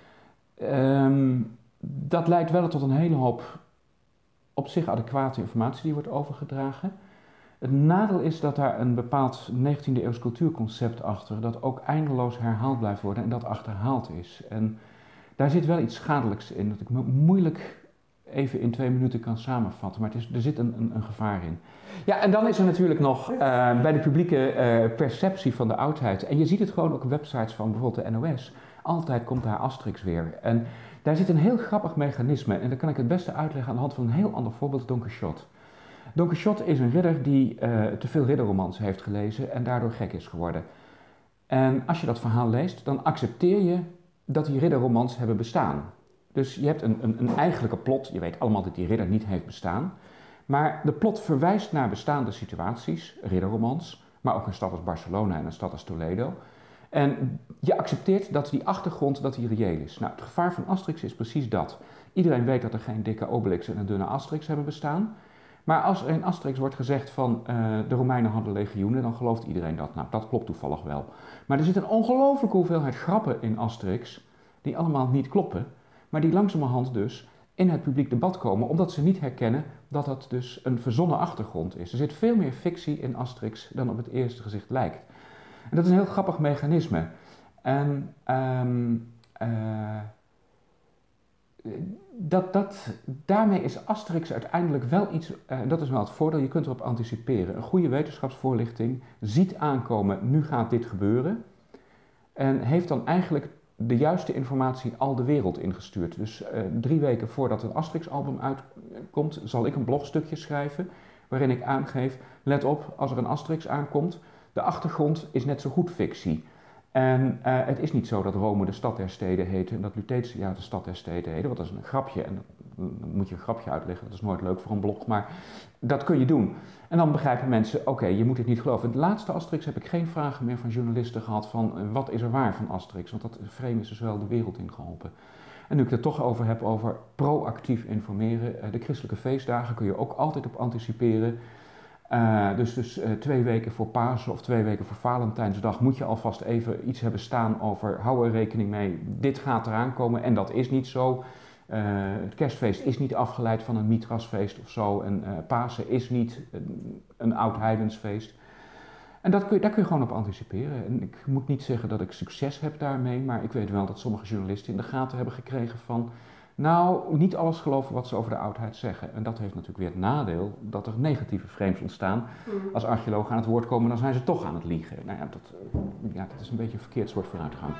Dat leidt wel tot een hele hoop op zich adequate informatie die wordt overgedragen. Het nadeel is dat daar een bepaald 19e eeuws cultuurconcept achter, dat ook eindeloos herhaald blijft worden en dat achterhaald is. En daar zit wel iets schadelijks in, dat ik me moeilijk even in 2 minuten kan samenvatten, maar er zit een gevaar in. Ja, en dan is er natuurlijk nog bij de publieke perceptie van de oudheid, en je ziet het gewoon ook op websites van bijvoorbeeld de NOS, altijd komt daar Asterix weer. En daar zit een heel grappig mechanisme, en dat kan ik het beste uitleggen aan de hand van een heel ander voorbeeld, Don Quixote. Don Quixote is een ridder die te veel ridderromans heeft gelezen en daardoor gek is geworden. En als je dat verhaal leest, dan accepteer je dat die ridderromans hebben bestaan. Dus je hebt een eigenlijke plot, je weet allemaal dat die ridder niet heeft bestaan. Maar de plot verwijst naar bestaande situaties, ridderromans, maar ook een stad als Barcelona en een stad als Toledo. En je accepteert dat die achtergrond dat die reëel is. Nou, het gevaar van Asterix is precies dat. Iedereen weet dat er geen dikke Obelix en een dunne Asterix hebben bestaan. Maar als er in Asterix wordt gezegd van de Romeinen hadden legioenen, dan gelooft iedereen dat. Nou, dat klopt toevallig wel. Maar er zit een ongelooflijke hoeveelheid grappen in Asterix, die allemaal niet kloppen, maar die langzamerhand dus in het publiek debat komen, omdat ze niet herkennen dat dat dus een verzonnen achtergrond is. Er zit veel meer fictie in Asterix dan op het eerste gezicht lijkt. En dat is een heel grappig mechanisme. En daarmee is Asterix uiteindelijk wel iets, dat is wel het voordeel, je kunt erop anticiperen. Een goede wetenschapsvoorlichting ziet aankomen, nu gaat dit gebeuren. En heeft dan eigenlijk de juiste informatie al de wereld ingestuurd. Dus 3 weken voordat een Asterix-album uitkomt, zal ik een blogstukje schrijven waarin ik aangeef, let op, als er een Asterix aankomt, de achtergrond is net zo goed fictie. En het is niet zo dat Rome de stad der steden heette en dat Lutetia de stad der steden heette, want dat is een grapje en dan moet je een grapje uitleggen, dat is nooit leuk voor een blog, maar dat kun je doen. En dan begrijpen mensen, oké, je moet het niet geloven. In de laatste Asterix heb ik geen vragen meer van journalisten gehad van wat is er waar van Asterix, want dat frame is dus wel de wereld ingeholpen. En nu ik het toch over heb over proactief informeren, de christelijke feestdagen kun je ook altijd op anticiperen. Dus 2 weken voor Pasen of 2 weken voor Valentijnsdag moet je alvast even iets hebben staan over, hou er rekening mee, dit gaat eraan komen en dat is niet zo. Het kerstfeest is niet afgeleid van een Mitrasfeest of zo en Pasen is niet een oud heidensfeest. En daar kun je gewoon op anticiperen. En ik moet niet zeggen dat ik succes heb daarmee, maar ik weet wel dat sommige journalisten in de gaten hebben gekregen van, nou, niet alles geloven wat ze over de oudheid zeggen. En dat heeft natuurlijk weer het nadeel dat er negatieve frames ontstaan. Als archeologen aan het woord komen, dan zijn ze toch aan het liegen. Nou ja, dat is een beetje een verkeerd soort vooruitgang.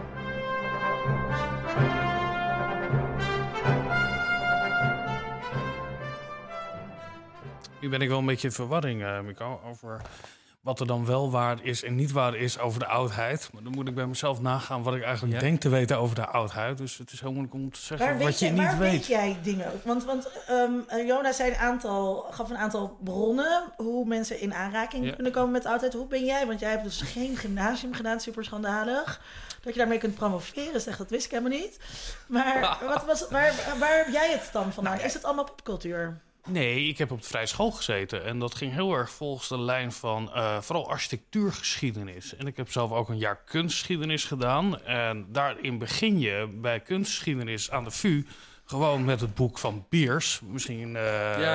Nu ben ik wel een beetje in verwarring, Mico, over wat er dan wel waar is en niet waar is over de oudheid. Maar dan moet ik bij mezelf nagaan wat ik eigenlijk denk te weten over de oudheid. Dus het is heel moeilijk om te zeggen wat je niet weet. Waar weet jij dingen? Want Jona gaf een aantal bronnen hoe mensen in aanraking kunnen komen met de oudheid. Hoe ben jij? Want jij hebt dus geen gymnasium gedaan, super schandalig. Dat je daarmee kunt promoveren, zeg, dat wist ik helemaal niet. Maar waar heb jij het dan vandaan? Is het allemaal popcultuur? Nee, ik heb op de vrije school gezeten. En dat ging heel erg volgens de lijn van vooral architectuurgeschiedenis. En ik heb zelf ook een jaar kunstgeschiedenis gedaan. En daarin begin je bij kunstgeschiedenis aan de VU gewoon met het boek van Beers. Misschien Dat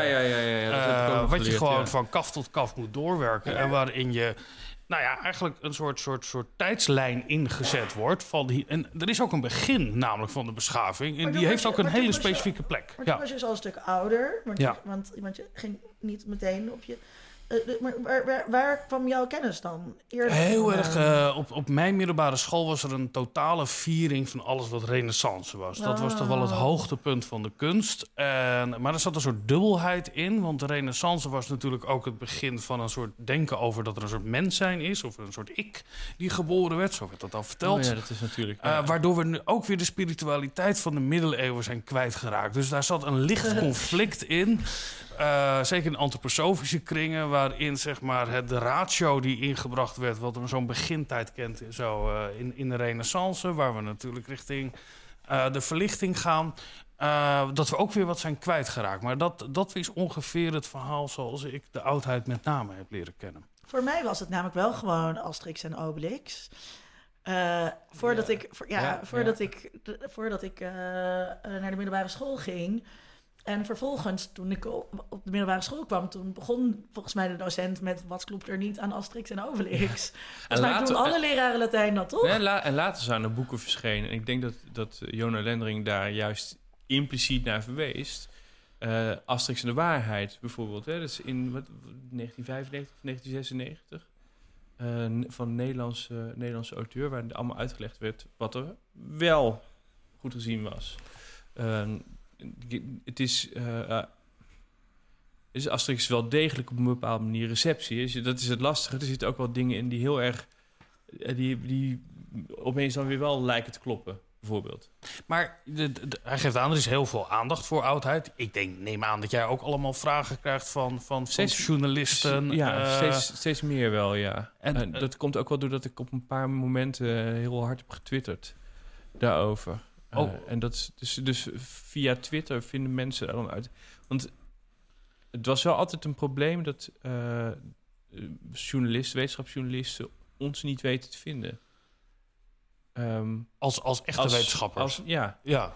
heb ik ook wat geleerd, je gewoon van kaf tot kaf moet doorwerken. Ja. En waarin je eigenlijk een soort tijdslijn ingezet wordt. En er is ook een begin namelijk van de beschaving. En die heeft ook een hele specifieke plek. Maar toen was je dus al een stuk ouder. Want je ging niet meteen op je... Maar waar kwam jouw kennis dan? Heel erg. Op mijn middelbare school was er een totale viering van alles wat renaissance was. Dat was toch wel het hoogtepunt van de kunst. Maar er zat een soort dubbelheid in. Want de renaissance was natuurlijk ook het begin van een soort denken over dat er een soort mens zijn is. Of een soort ik die geboren werd. Zo werd dat al verteld. Oh ja, dat is natuurlijk... Waardoor we nu ook weer de spiritualiteit van de middeleeuwen zijn kwijtgeraakt. Dus daar zat een licht conflict in. Zeker in antroposofische kringen, waarin zeg maar de ratio die ingebracht werd, wat we zo'n begintijd kent in de renaissance, waar we natuurlijk richting de verlichting gaan, dat we ook weer wat zijn kwijtgeraakt. Maar dat is ongeveer het verhaal zoals ik de oudheid met name heb leren kennen. Voor mij was het namelijk wel gewoon Asterix en Obelix. Voordat ik naar de middelbare school ging. En vervolgens, toen ik op de middelbare school kwam, toen begon volgens mij de docent met wat klopt er niet aan Asterix en Obelix. Maar toen alle leraren Latijn dat, toch? En later zijn er boeken verschenen. En ik denk dat Jona Lendering daar juist impliciet naar verwees. Asterix en de waarheid bijvoorbeeld. Hè? Dat is in 1995 of 1996. Van een Nederlandse auteur, waar allemaal uitgelegd werd wat er wel goed gezien was. Het is Asterix wel degelijk op een bepaalde manier receptie. Dat is het lastige. Er zitten ook wel dingen in die heel erg... die opeens dan weer wel lijken te kloppen, bijvoorbeeld. Maar hij geeft aan, er is heel veel aandacht voor oudheid. Ik neem aan dat jij ook allemaal vragen krijgt van journalisten. Ja, steeds meer wel, ja. En dat komt ook wel doordat ik op een paar momenten heel hard heb getwitterd daarover. En dat is dus via Twitter vinden mensen er dan uit. Want het was wel altijd een probleem dat wetenschapsjournalisten ons niet weten te vinden. Als echte wetenschappers? Ja.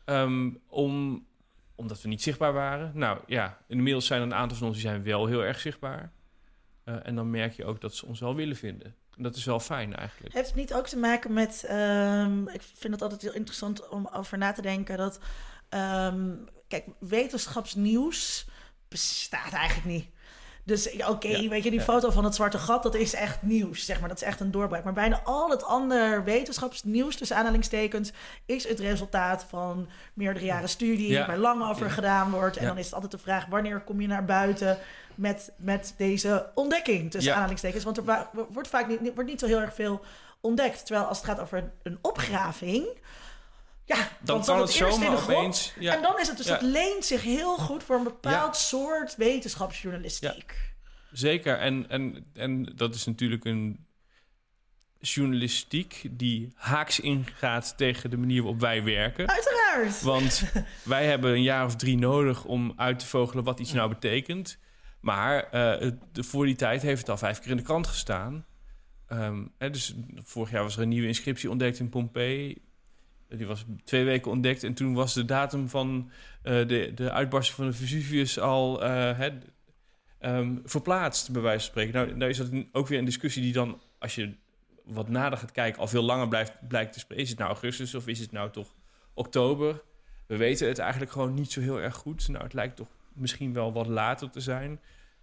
Omdat we niet zichtbaar waren. Nou ja, inmiddels zijn er een aantal van ons die zijn wel heel erg zichtbaar. En dan merk je ook dat ze ons wel willen vinden. En dat is wel fijn eigenlijk. Heeft het niet ook te maken met... ik vind het altijd heel interessant om over na te denken dat... kijk, wetenschapsnieuws bestaat eigenlijk niet. Dus weet je, die foto van het zwarte gat, dat is echt nieuws, zeg maar. Dat is echt een doorbraak. Maar bijna al het andere wetenschapsnieuws, tussen aanhalingstekens, is het resultaat van meerdere jaren studie, waar lang over gedaan wordt. En dan is het altijd de vraag, wanneer kom je naar buiten met deze ontdekking, tussen aanhalingstekens. Want er wordt niet zo heel erg veel ontdekt. Terwijl als het gaat over een opgraving... Ja, dan kan het zomaar opeens... En dan is het dus, dat leent zich heel goed voor een bepaald soort wetenschapsjournalistiek. Ja, zeker. En dat is natuurlijk een journalistiek die haaks ingaat tegen de manier waarop wij werken. Uiteraard. Want wij hebben een jaar of 3 nodig om uit te vogelen wat iets nou betekent. Maar voor die tijd heeft het al 5 keer in de krant gestaan. Dus vorig jaar was er een nieuwe inscriptie ontdekt in Pompeii. Die was 2 weken ontdekt en toen was de datum van de uitbarsting van de Vesuvius al verplaatst, bij wijze van spreken. Nou is dat ook weer een discussie die dan, als je wat nader gaat kijken, al veel langer blijkt te spelen. Is het nou augustus of is het nou toch oktober? We weten het eigenlijk gewoon niet zo heel erg goed. Nou, het lijkt toch misschien wel wat later te zijn.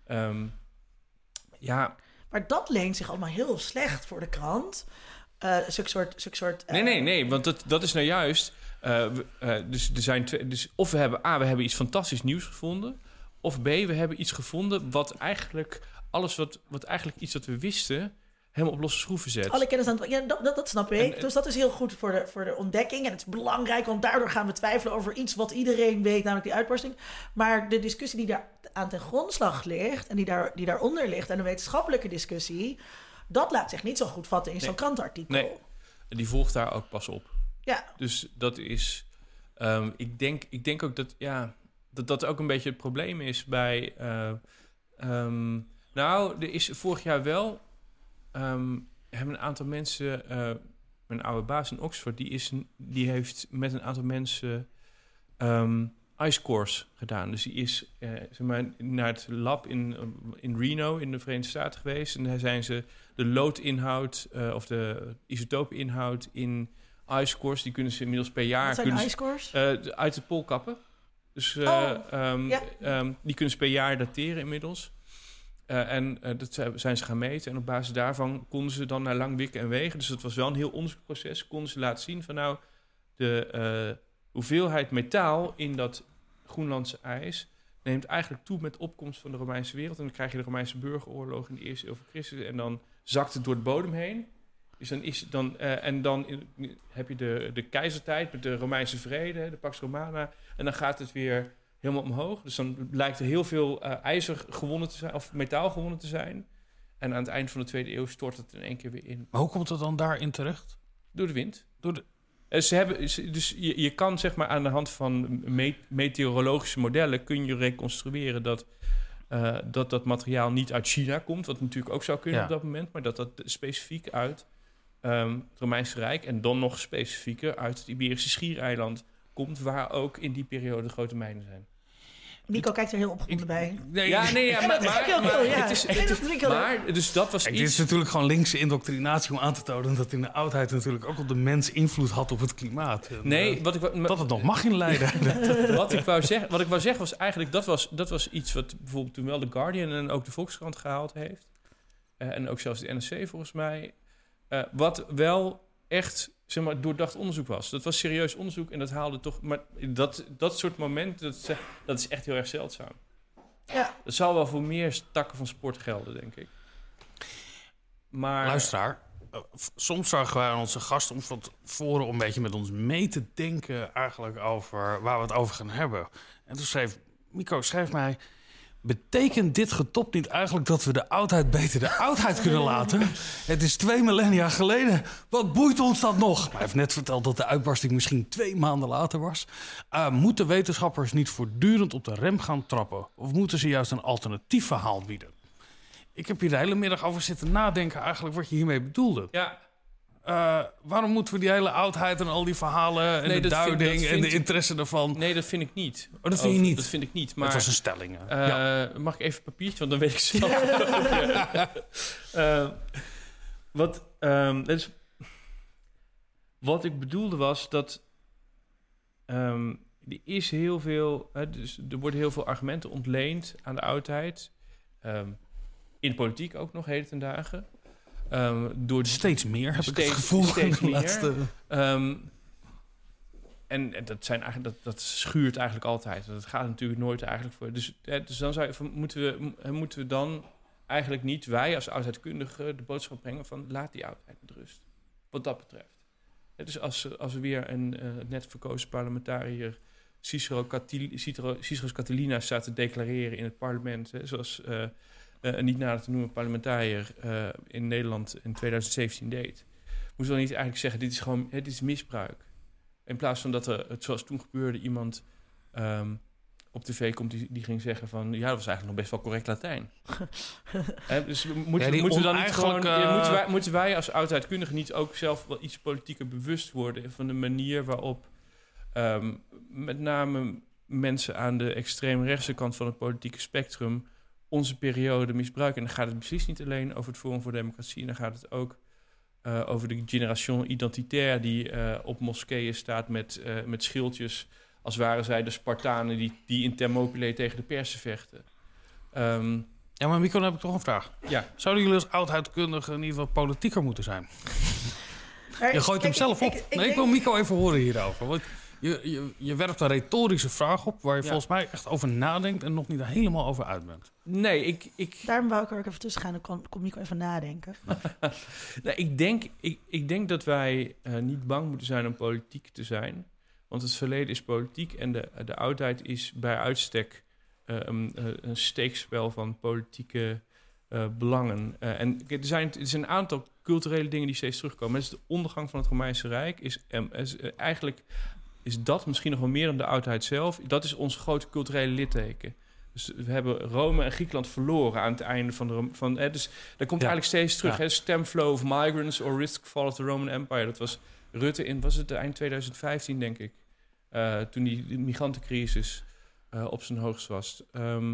Maar dat leent zich allemaal heel slecht voor de krant. Zulke soort Nee, want dat is nou juist. Dus er zijn twee. Dus of we hebben iets fantastisch nieuws gevonden. Of B, we hebben iets gevonden wat eigenlijk wat eigenlijk iets dat we wisten helemaal op losse schroeven zet. Alle kennis aan het... Ja, dat snap ik. Dus dat is heel goed voor de ontdekking. En het is belangrijk, want daardoor gaan we twijfelen over iets wat iedereen weet, namelijk die uitbarsting. Maar de discussie die daar aan ten grondslag ligt en die daaronder ligt, en de wetenschappelijke discussie, dat laat zich niet zo goed vatten in zo'n krantenartikel. Nee, die volgt daar ook pas op. Ja. Dus dat is... Ik denk ook dat ook een beetje het probleem is bij... er is vorig jaar wel... hebben een aantal mensen... mijn oude baas in Oxford... die heeft met een aantal mensen... ice cores gedaan. Dus die is naar het lab in Reno in de Verenigde Staten geweest. En daar zijn ze de loodinhoud... of de isotoopeninhoud in ice cores... die kunnen ze inmiddels per jaar... Wat zijn ice cores? Uit de poolkappen. Dus die kunnen ze per jaar dateren inmiddels. Dat zijn ze gaan meten. En op basis daarvan konden ze dan naar lang wikken en wegen. Dus dat was wel een heel onderzoekproces. Konden ze laten zien van de hoeveelheid metaal in dat Groenlandse ijs neemt eigenlijk toe met de opkomst van de Romeinse wereld. En dan krijg je de Romeinse burgeroorlog in de eerste eeuw van Christus. En dan zakt het door de bodem heen. Dus dan heb je de keizertijd met de Romeinse vrede, de Pax Romana. En dan gaat het weer helemaal omhoog. Dus dan lijkt er heel veel ijzer gewonnen te zijn, of metaal gewonnen te zijn. En aan het eind van de 2e eeuw stort het in één keer weer in. Maar hoe komt het dan daarin terecht? Door de wind. Dus je kan zeg maar aan de hand van meteorologische modellen kun je reconstrueren dat materiaal niet uit China komt, wat natuurlijk ook zou kunnen op dat moment, maar dat specifiek uit het Romeinse Rijk en dan nog specifieker uit het Iberische Schiereiland komt, waar ook in die periode grote mijnen zijn. Nico kijkt er heel opgewonden bij. Dus dat was Dit is natuurlijk gewoon linkse indoctrinatie om aan te tonen dat in de oudheid natuurlijk ook al de mens invloed had op het klimaat. Dat het nog mag inleiden. Wat ik wou zeggen was eigenlijk, dat was iets wat bijvoorbeeld toen wel The Guardian en ook de Volkskrant gehaald heeft. En ook zelfs de NRC volgens mij. Wat wel echt, zeg maar, doordacht onderzoek was. Dat was serieus onderzoek en dat haalde toch... Maar dat soort momenten, dat is echt heel erg zeldzaam. Ja. Dat zal wel voor meer takken van sport gelden, denk ik. Maar... Luisteraar, soms zagen wij aan onze gasten om van tevoren een beetje met ons mee te denken eigenlijk over waar we het over gaan hebben. En toen schreef Mico, mij... Betekent dit getopt niet eigenlijk dat we de oudheid beter de oudheid kunnen laten? Het is 2 millennia geleden. Wat boeit ons dat nog? Maar hij heeft net verteld dat de uitbarsting misschien 2 maanden later was. Moeten wetenschappers niet voortdurend op de rem gaan trappen? Of moeten ze juist een alternatief verhaal bieden? Ik heb hier de hele middag over zitten nadenken eigenlijk wat je hiermee bedoelde. Ja. Waarom moeten we die hele oudheid en al die verhalen en de duiding en de interesse daarvan... Nee, dat vind ik niet. Oh, dat vind je niet? Dat vind ik niet. Maar, het was een stelling. Mag ik even een papiertje, want dan weet ik zelf. Wat ik bedoelde was dat... er is heel veel... dus er worden heel veel argumenten ontleend aan de oudheid. In de politiek ook nog, heden ten dagen. Steeds meer, heb ik het gevoel. Steeds meer. Laatste... En dat schuurt eigenlijk altijd. Dat gaat natuurlijk nooit eigenlijk voor. Dus dan moeten we dan eigenlijk niet, wij als oudheidkundigen, de boodschap brengen van laat die oudheid met rust. Wat dat betreft. Dus als we weer een net verkozen parlementariër Ciceros Catilina staat te declareren in het parlement, zoals een niet nader te noemen parlementariër in Nederland in 2017 deed, moeten we dan niet eigenlijk zeggen, dit is misbruik. In plaats van dat het zoals toen gebeurde, iemand op tv komt die ging zeggen van... ja, dat was eigenlijk nog best wel correct Latijn. Dus moeten wij als oudheidkundigen niet ook zelf wel iets politieker bewust worden... van de manier waarop met name mensen aan de extreemrechtse kant van het politieke spectrum... onze periode misbruiken. En dan gaat het beslist niet alleen over het Forum voor Democratie. En dan gaat het ook over de generation identitaire die op moskeeën staat met schildjes, als waren zij de Spartanen die in Thermopylae tegen de Persen vechten. Ja, maar Mico, dan heb ik toch een vraag. Ja. Zouden jullie als oudheidkundigen in ieder geval politieker moeten zijn? Je gooit hem zelf op. Ik wil Mico even horen hierover. Want je werpt een retorische vraag op waar je volgens mij echt over nadenkt en nog niet helemaal over uit bent. Nee, Daarom wou ik er ook even tussen gaan. Dan kon Mico even nadenken. Nee, ik denk dat wij niet bang moeten zijn om politiek te zijn. Want het verleden is politiek en de oudheid is bij uitstek een steekspel van politieke belangen. En er zijn een aantal culturele dingen die steeds terugkomen. Dat is de ondergang van het Romeinse Rijk. Eigenlijk is dat misschien nog wel meer dan de oudheid zelf. Dat is ons grote culturele litteken. Dus we hebben Rome en Griekenland verloren aan het einde van de... Dus dat komt eigenlijk steeds terug. Ja. Stem flow of migrants or risk fall of the Roman Empire. Dat was Rutte in, was het eind 2015, denk ik. Toen die migrantencrisis op zijn hoogst was.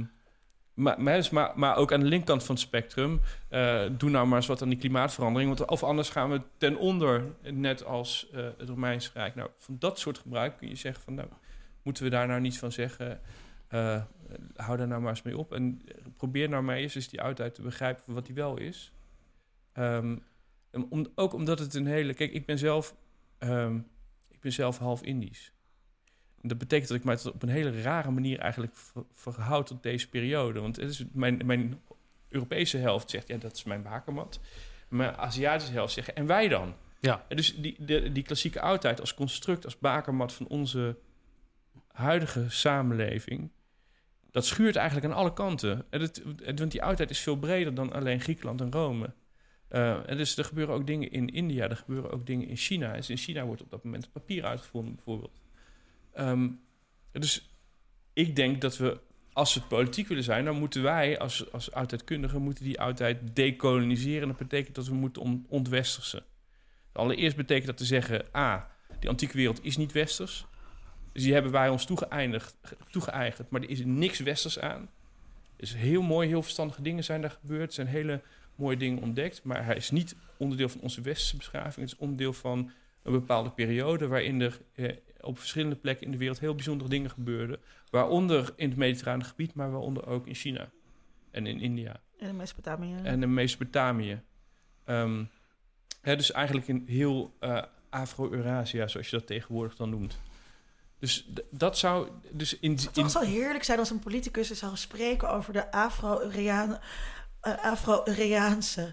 Maar ook aan de linkerkant van het spectrum. Doe nou maar eens wat aan die klimaatverandering. Want of anders gaan we ten onder, net als het Romeinse Rijk. Nou, van dat soort gebruik kun je zeggen van... nou, moeten we daar nou niets van zeggen? Hou daar nou maar eens mee op. En probeer nou maar eens die oudheid te begrijpen wat die wel is. Ook omdat het een hele... Kijk, ik ben zelf half Indisch. En dat betekent dat ik mij op een hele rare manier eigenlijk verhoud tot deze periode. Want het is mijn Europese helft zegt, ja, dat is mijn bakermat. Mijn Aziatische helft zegt, en wij dan? Ja. En dus die klassieke oudheid als construct, als bakermat van onze huidige samenleving, dat schuurt eigenlijk aan alle kanten. Want die oudheid is veel breder dan alleen Griekenland en Rome. En dus er gebeuren ook dingen in India, er gebeuren ook dingen in China. Dus in China wordt op dat moment papier uitgevonden, bijvoorbeeld. Dus ik denk dat we, als we politiek willen zijn, dan moeten wij als oudheidkundigen die oudheid decoloniseren. Dat betekent dat we moeten ontwestersen. Allereerst betekent dat te zeggen, die antieke wereld is niet westers. Dus die hebben wij ons toegeëigend, maar er is niks westers aan. Dus heel mooi, heel verstandige dingen zijn daar gebeurd. Er zijn hele mooie dingen ontdekt, maar hij is niet onderdeel van onze westerse beschaving. Het is onderdeel van een bepaalde periode waarin er op verschillende plekken in de wereld heel bijzondere dingen gebeurden. Waaronder in het mediterrane gebied, maar waaronder ook in China en in India. En in Mesopotamië. Dus eigenlijk in heel Afro-Eurasia, zoals je dat tegenwoordig dan noemt. Dus dat zou... Het toch zou heerlijk zijn als een politicus zou spreken over de Afro-Euraanse...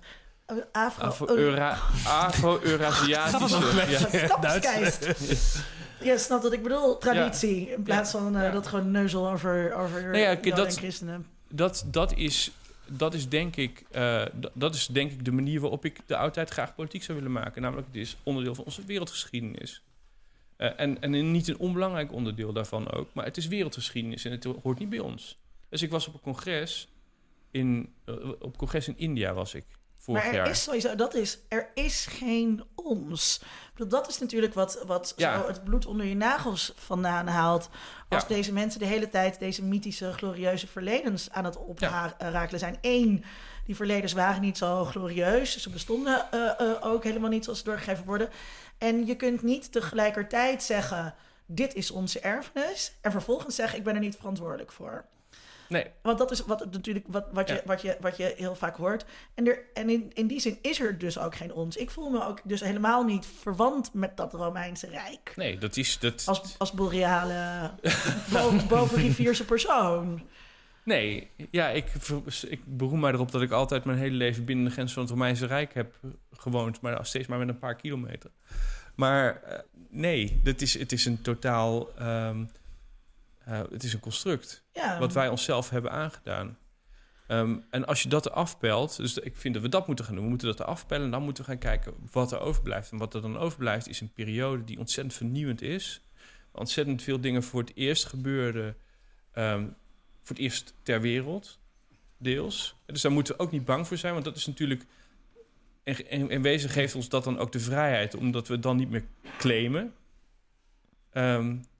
Afro-Eurasiatische. Ja, snap dat ik bedoel traditie. In plaats van dat gewoon neuzel over en christenen. Dat is denk ik de manier waarop ik de oudheid graag politiek zou willen maken. Namelijk, het is onderdeel van onze wereldgeschiedenis. En niet een onbelangrijk onderdeel daarvan ook. Maar het is wereldgeschiedenis en het hoort niet bij ons. Dus ik was op een congres in India was ik. Maar er is sowieso, er is geen ons. Dat is natuurlijk wat zo het bloed onder je nagels vandaan haalt. Als deze mensen de hele tijd deze mythische, glorieuze verledens aan het oprakelen zijn. Die verledens waren niet zo glorieus. Ze bestonden ook helemaal niet zoals ze doorgegeven worden. En je kunt niet tegelijkertijd zeggen, dit is onze erfenis. En vervolgens zeggen, ik ben er niet verantwoordelijk voor. Nee. Want dat is wat je heel vaak hoort. En in die zin is er dus ook geen ons. Ik voel me ook dus helemaal niet verwant met dat Romeinse Rijk. Nee, dat is... Als boreale, boven rivierse persoon. Nee, ja, ik beroem mij erop dat ik altijd mijn hele leven binnen de grens van het Romeinse Rijk heb gewoond. Maar steeds maar met een paar kilometer. Maar nee, het is een totaal... het is een construct wat wij onszelf hebben aangedaan. En als je dat eraf pelt... Dus ik vind dat we dat moeten gaan doen. We moeten dat eraf pellen en dan moeten we gaan kijken wat er overblijft. En wat er dan overblijft is een periode die ontzettend vernieuwend is. Ontzettend veel dingen voor het eerst gebeurden. Voor het eerst ter wereld, deels. Dus daar moeten we ook niet bang voor zijn. Want dat is natuurlijk... In wezen geeft ons dat dan ook de vrijheid... omdat we het dan niet meer claimen...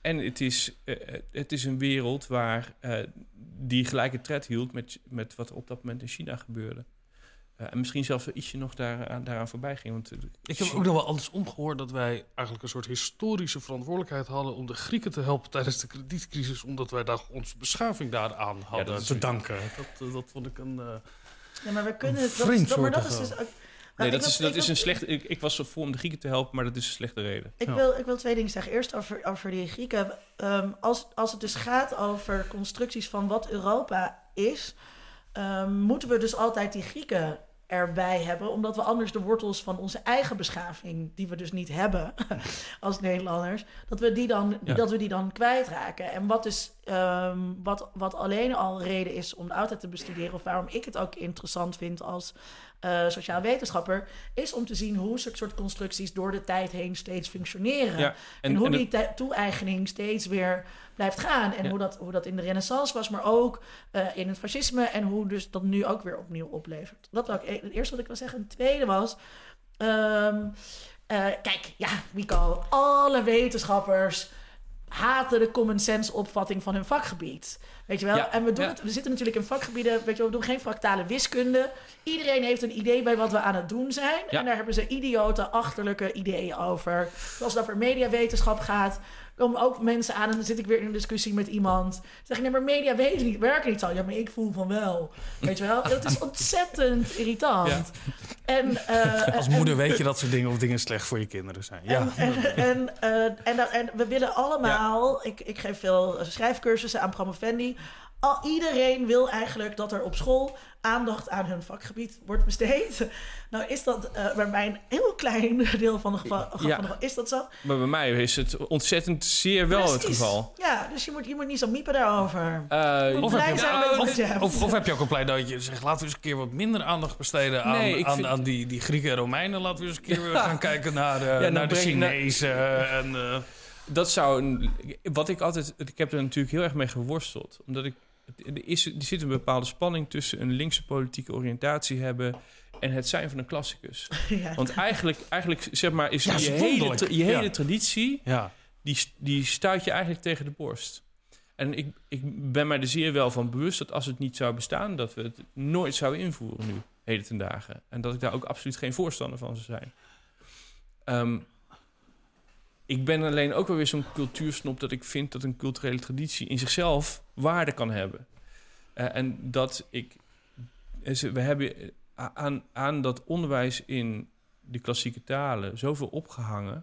En het is een wereld waar die gelijke tred hield met wat er op dat moment in China gebeurde. En misschien zelfs ietsje nog daaraan voorbij ging. Want Ik heb ook nog wel andersom gehoord dat wij eigenlijk een soort historische verantwoordelijkheid hadden om de Grieken te helpen tijdens de kredietcrisis, omdat wij daar onze beschaving daaraan hadden te danken. Dat vond ik een Ja, maar we kunnen het... vreemdsoortige... Maar dat is dus ook... Nee, dat is een slechte... Ik was voor om de Grieken te helpen, maar dat is een slechte reden. Ik wil twee dingen zeggen. Eerst over die Grieken. Als het dus gaat over constructies van wat Europa is, moeten we dus altijd die Grieken erbij hebben, omdat we anders de wortels van onze eigen beschaving, die we dus niet hebben als Nederlanders, dat we die dan kwijtraken. En wat dus wat alleen al reden is om de oudheid te bestuderen, of waarom ik het ook interessant vind als sociaal wetenschapper, is om te zien hoe soort constructies door de tijd heen steeds functioneren. Ja, en hoe die toe-eigening steeds weer blijft gaan. En hoe dat in de Renaissance was, maar ook in het fascisme, en hoe dus dat nu ook weer opnieuw oplevert. Dat was het eerste wat ik wil zeggen. Het tweede was, kijk, Mico, alle wetenschappers haten de common sense opvatting van hun vakgebied. Weet je wel? Ja, en we zitten natuurlijk in vakgebieden, weet je wel, we doen geen fractale wiskunde. Iedereen heeft een idee bij wat we aan het doen zijn. Ja. En daar hebben ze idiote, achterlijke ideeën over. Als het over mediawetenschap gaat, komen ook mensen aan en dan zit ik weer in een discussie met iemand. Dan zeg ik, nee, maar media werken niet zo. Ja, maar ik voel van wel. Weet je wel? Dat is ontzettend irritant. Ja. En, als moeder weet je dat soort dingen of dingen slecht voor je kinderen zijn. Ja. En we willen allemaal... Ja. Ik geef veel schrijfcursussen aan promovendi. Iedereen wil eigenlijk dat er op school aandacht aan hun vakgebied wordt besteed. Nou is dat bij mij een heel klein deel van de geval. Is dat zo? Maar bij mij is het ontzettend zeer wel het geval. Ja, dus je moet niet zo miepen daarover. Of heb je ook een pleidooi zegt, laten we eens een keer wat minder aandacht besteden aan die Grieken en Romeinen. Laten we eens een keer gaan kijken naar de Chinezen. Dat zou wat ik altijd... Ik heb er natuurlijk heel erg mee geworsteld. Omdat er zit een bepaalde spanning tussen een linkse politieke oriëntatie hebben en het zijn van een klassicus. Ja. Want eigenlijk zeg maar, is je hele traditie, die stuit je eigenlijk tegen de borst. En ik ben mij er zeer wel van bewust dat als het niet zou bestaan, dat we het nooit zouden invoeren nu, heden ten dagen. En dat ik daar ook absoluut geen voorstander van zou zijn. Ik ben alleen ook wel weer zo'n cultuursnop dat ik vind dat een culturele traditie in zichzelf waarde kan hebben. En dat we hebben aan dat onderwijs in de klassieke talen zoveel opgehangen.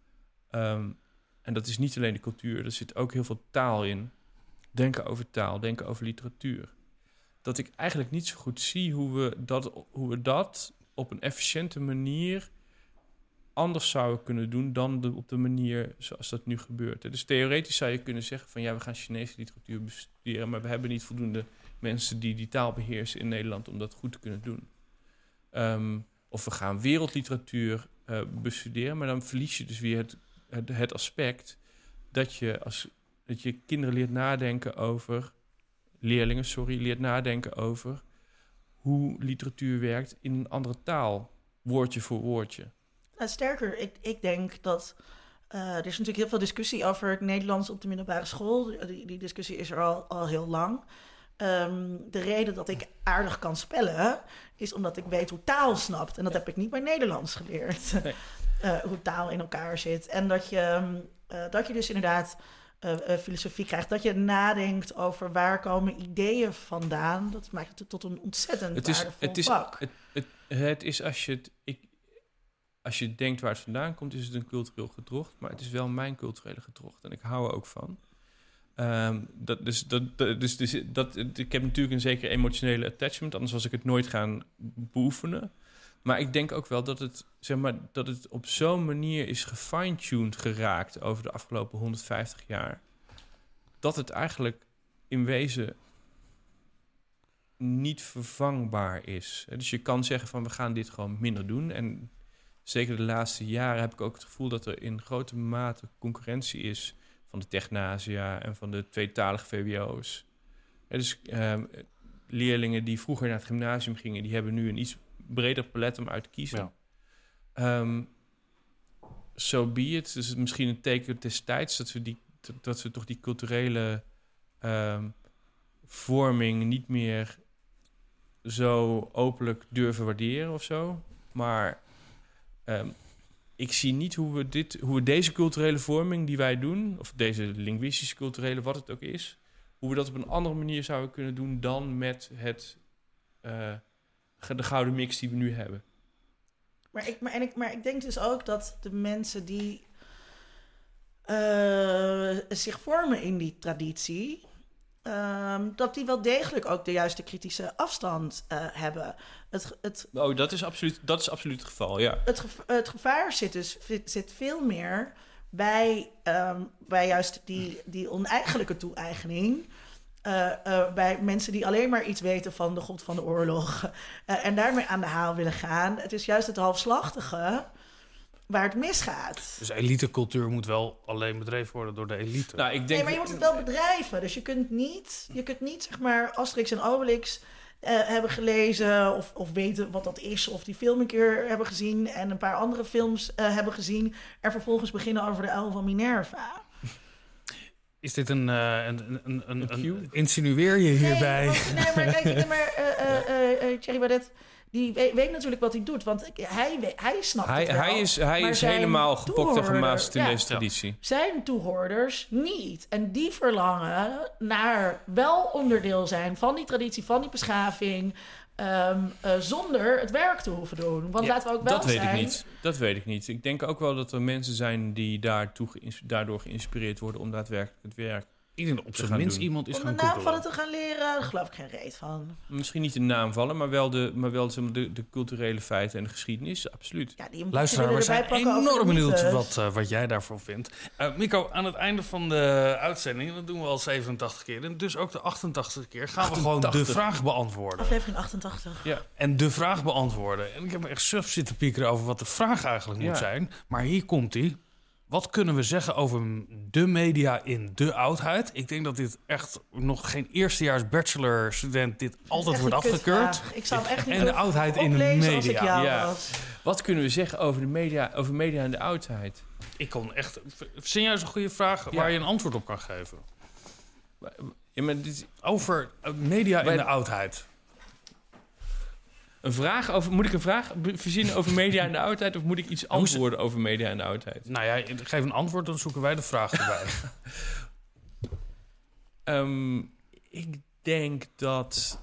En dat is niet alleen de cultuur, er zit ook heel veel taal in. Denken over taal, denken over literatuur. Dat ik eigenlijk niet zo goed zie hoe we dat op een efficiënte manier anders zouden kunnen doen dan op de manier zoals dat nu gebeurt. Dus theoretisch zou je kunnen zeggen van we gaan Chinese literatuur bestuderen, maar we hebben niet voldoende mensen die taal beheersen in Nederland om dat goed te kunnen doen. Of we gaan wereldliteratuur bestuderen, maar dan verlies je dus weer het aspect dat je kinderen leert nadenken over, leert nadenken over hoe literatuur werkt in een andere taal, woordje voor woordje. Sterker, ik denk dat er is natuurlijk heel veel discussie over het Nederlands op de middelbare school. Die discussie is er al heel lang. De reden dat ik aardig kan spellen is omdat ik weet hoe taal snapt. En dat heb ik niet bij Nederlands geleerd. Nee. Hoe taal in elkaar zit. En dat je dus inderdaad filosofie krijgt. Dat je nadenkt over waar komen ideeën vandaan. Dat maakt het tot een ontzettend waardevol vak. Het is als je denkt waar het vandaan komt, is het een cultureel gedrocht. Maar het is wel mijn culturele gedrocht. En ik hou er ook van. Ik heb natuurlijk een zekere emotionele attachment. Anders was ik het nooit gaan beoefenen. Maar ik denk ook wel dat het op zo'n manier is gefine-tuned geraakt over de afgelopen 150 jaar. Dat het eigenlijk in wezen niet vervangbaar is. Dus je kan zeggen van we gaan dit gewoon minder doen. En zeker de laatste jaren heb ik ook het gevoel dat er in grote mate concurrentie is van de Technasia en van de tweetalige VWO's. Dus leerlingen die vroeger naar het gymnasium gingen, die hebben nu een iets breder palet om uit te kiezen. So be it. Dus het is misschien een teken destijds dat dat ze toch die culturele vorming niet meer zo openlijk durven waarderen of zo. Maar ik zie niet hoe we deze culturele vorming die wij doen, of deze linguïstische culturele, wat het ook is, hoe we dat op een andere manier zouden kunnen doen dan met de gouden mix die we nu hebben. Maar ik denk dus ook dat de mensen die zich vormen in die traditie, dat die wel degelijk ook de juiste kritische afstand hebben. Dat is absoluut het geval, ja. Het gevaar zit veel meer bij juist die oneigenlijke toe-eigening. Bij mensen die alleen maar iets weten van de god van de oorlog en daarmee aan de haal willen gaan. Het is juist het halfslachtige waar het misgaat. Dus elitecultuur moet wel alleen bedreven worden door de elite. Nou, ik denk... Nee, maar je moet het wel bedrijven. Dus je kunt niet zeg maar Asterix en Obelix hebben gelezen of weten wat dat is, of die film een keer hebben gezien en een paar andere films hebben gezien en vervolgens beginnen over de uil van Minerva. Is dit een insinueer je hierbij? Nee, maar kijk, Thierry Baudet, die weet natuurlijk wat hij doet, want hij snapt het wel. Hij is helemaal gepokt en gemasterd in deze traditie. Zijn toehoorders niet. En die verlangen naar wel onderdeel zijn van die traditie, van die beschaving, zonder het werk te hoeven doen. Want laten we ook wel zijn... Dat weet ik niet. Ik denk ook wel dat er mensen zijn die daardoor geïnspireerd worden om daadwerkelijk het werk Ik denk dat op zijn minst iemand is om gaan de naam googelen. van het te gaan leren, daar geloof ik geen reet van. Misschien niet de naam vallen, maar wel de culturele feiten en de geschiedenis, absoluut. Ja, die Luisteraar, we zijn erbij pakken over enorm de benieuwd mythes. wat jij daarvan vindt. Mikko, aan het einde van de uitzending, dat doen we al 87 keer... en dus ook de 88 keer, gaan we gewoon de vraag beantwoorden. Aflevering 88. Ja. En de vraag beantwoorden. En ik heb me echt suf zitten piekeren over wat de vraag eigenlijk moet zijn. Maar hier komt-ie. Wat kunnen we zeggen over de media in de oudheid? Ik denk dat dit echt nog geen eerstejaars bachelor-student dit altijd wordt afgekeurd. Ik zou hem echt niet En de oudheid in de oplezen als ik media. jou Ja. was. Wat kunnen we zeggen over media in de oudheid? Ik kon echt... Serieus een goede vraag waar je een antwoord op kan geven. Ja, maar Over media in de oudheid. Moet ik een vraag verzinnen over media in de oudheid, of moet ik iets antwoorden over media in de oudheid? Nou ja, geef een antwoord, dan zoeken wij de vraag erbij. Ik denk dat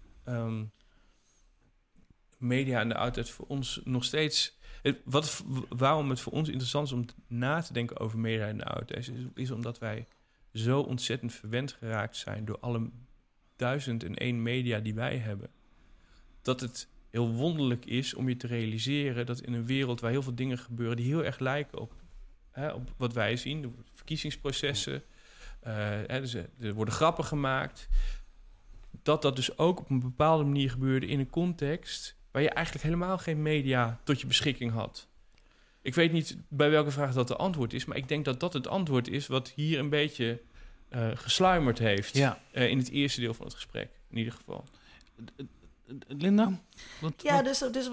media in de oudheid voor ons nog steeds... Waarom het voor ons interessant is om na te denken over media in de oudheid... is omdat wij zo ontzettend verwend geraakt zijn door alle 1001 media die wij hebben. Dat het heel wonderlijk is om je te realiseren dat in een wereld waar heel veel dingen gebeuren die heel erg lijken op wat wij zien, de verkiezingsprocessen, dus er worden grappen gemaakt, dat dus ook op een bepaalde manier gebeurde in een context waar je eigenlijk helemaal geen media tot je beschikking had. Ik weet niet bij welke vraag dat de antwoord is, maar ik denk dat dat het antwoord is wat hier een beetje gesluimerd heeft in het eerste deel van het gesprek, in ieder geval. Linda? Dus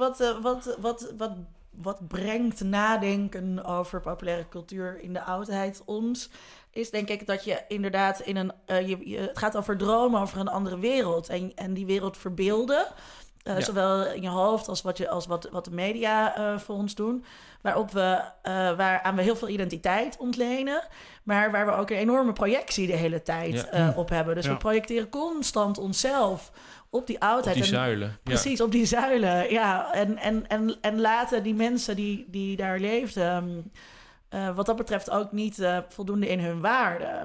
wat brengt nadenken over populaire cultuur in de oudheid ons? Is denk ik dat je inderdaad het gaat over dromen over een andere wereld. En die wereld verbeelden. Zowel in je hoofd als wat de media voor ons doen. Waaraan we heel veel identiteit ontlenen. Maar waar we ook een enorme projectie de hele tijd op hebben. Dus we projecteren constant onszelf op die oudheid. Op die zuilen. Precies, op die zuilen. Ja. En laten die mensen die daar leefden... wat dat betreft ook niet voldoende in hun waarde.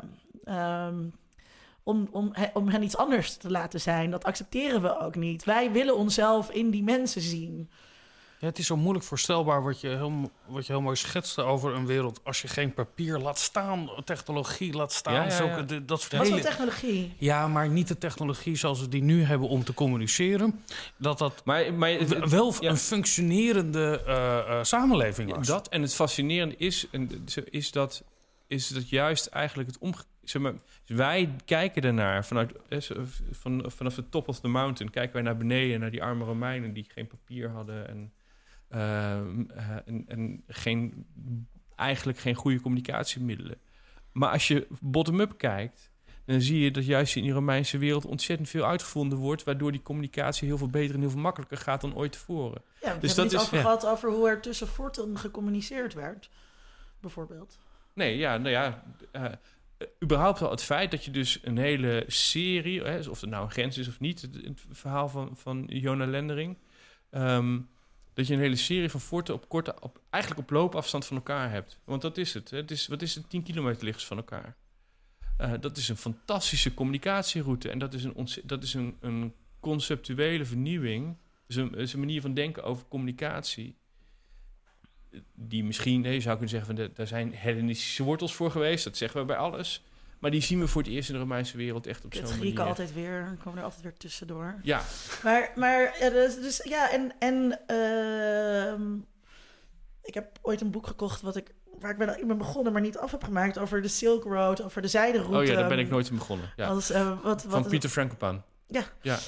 Om hen iets anders te laten zijn. Dat accepteren we ook niet. Wij willen onszelf in die mensen zien. Ja, het is zo moeilijk voorstelbaar wat je heel mooi schetste over een wereld. Als je geen papier laat staan, technologie laat staan. Dat soort Wat voor technologie? Ja, maar niet de technologie zoals we die nu hebben om te communiceren. Maar wel een functionerende samenleving was. Dat en het fascinerende is dat juist eigenlijk het wij kijken ernaar vanaf de top of the mountain. Kijken wij naar beneden, naar die arme Romeinen die geen papier hadden en eigenlijk geen goede communicatiemiddelen. Maar als je bottom-up kijkt, dan zie je dat juist in die Romeinse wereld ontzettend veel uitgevonden wordt, waardoor die communicatie heel veel beter en heel veel makkelijker gaat dan ooit tevoren. Ja, we Dus hebben dat het is gehad over hoe er tussen forten gecommuniceerd werd, bijvoorbeeld. Nee, ja, überhaupt wel het feit dat je dus een hele serie, of het nou een grens is of niet, het verhaal van Jona Lendering, dat je een hele serie van forten eigenlijk op loopafstand van elkaar hebt. Want dat is het. Wat is het? 10 kilometer liggen ze van elkaar. Dat is een fantastische communicatieroute. En dat is een conceptuele vernieuwing. Dus een manier van denken over communicatie. Die misschien, je zou kunnen zeggen, daar zijn Hellenistische wortels voor geweest. Dat zeggen we bij alles. Maar die zien we voor het eerst in de Romeinse wereld echt op zo'n manier. Het Grieken altijd weer, komen er altijd weer tussendoor. Ja. Maar ik heb ooit een boek gekocht waar ik ben begonnen, maar niet af heb gemaakt, over de Silk Road, over de zijderoute. Oh ja, daar ben ik nooit in begonnen. Ja. Van Pieter Frankopan. Ja.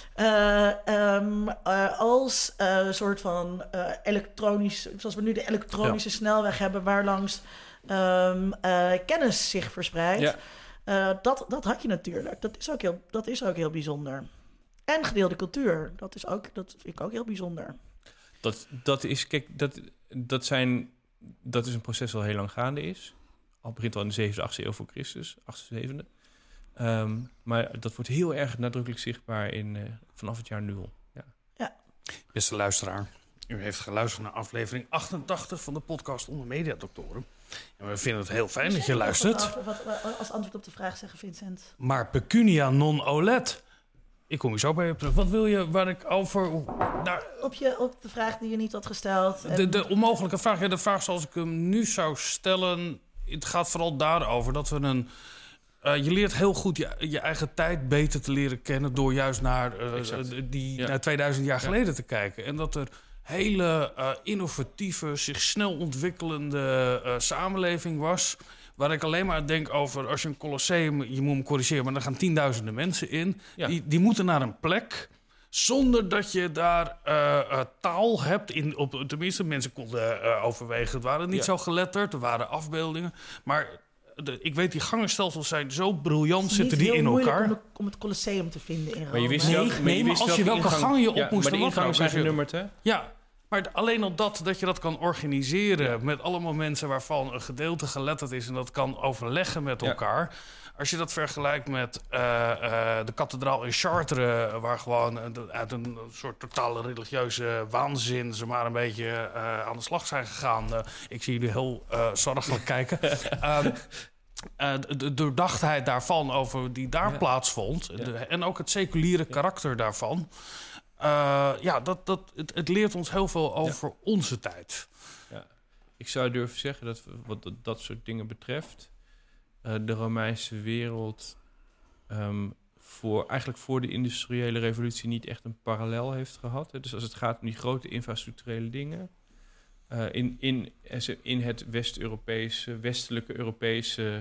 Als soort van elektronisch, zoals we nu de elektronische snelweg hebben, waar langs kennis zich verspreidt. Ja. Dat had je natuurlijk. Dat is ook heel bijzonder. En gedeelde cultuur. Dat vind ik ook heel bijzonder. Dat is, kijk, dat is een proces dat al heel lang gaande is. Al begint al in de 7e, 8e eeuw voor Christus, 8e, 7e. Maar dat wordt heel erg nadrukkelijk zichtbaar vanaf het jaar 0. Ja. Beste luisteraar, u heeft geluisterd naar aflevering 88 van de podcast Onder Mediadoktoren. En we vinden het heel fijn dat je luistert. Wat als antwoord op de vraag zeggen, Vincent? Maar pecunia non olet. Ik kom je zo bij je terug. Wat wil je waar ik over... Nou, op de vraag die je niet had gesteld. De onmogelijke vraag. Ja, de vraag zoals ik hem nu zou stellen. Het gaat vooral daarover dat we je leert heel goed je eigen tijd beter te leren kennen door juist naar 2000 jaar geleden te kijken. En dat er hele innovatieve, zich snel ontwikkelende samenleving was. Waar ik alleen maar denk over, als je een Colosseum, je moet hem corrigeren, maar er gaan tienduizenden mensen in. Ja. Die moeten naar een plek, zonder dat je daar taal hebt. Tenminste, mensen konden overwegen. Het waren niet zo geletterd, er waren afbeeldingen. Maar ik weet, die gangenstelsels zijn zo briljant, zitten die in elkaar. Het is om het Colosseum te vinden in Rome. Maar je wist maar als je welke gang je op moest... Maar de ingang zijn genummerd, hè? Ja, maar alleen al dat je dat kan organiseren met allemaal mensen waarvan een gedeelte geletterd is en dat kan overleggen met elkaar. Als je dat vergelijkt met de kathedraal in Chartres, waar gewoon uit een soort totale religieuze waanzin ze maar een beetje aan de slag zijn gegaan. Ik zie jullie heel zorgelijk kijken. De doordachtheid daarvan over die daar plaatsvond en ook het seculiere karakter daarvan. Het leert ons heel veel over onze tijd. Ja. Ik zou durven zeggen dat wat dat soort dingen betreft, de Romeinse wereld voor de industriële revolutie niet echt een parallel heeft gehad. Dus als het gaat om die grote infrastructurele dingen, in het westelijke Europese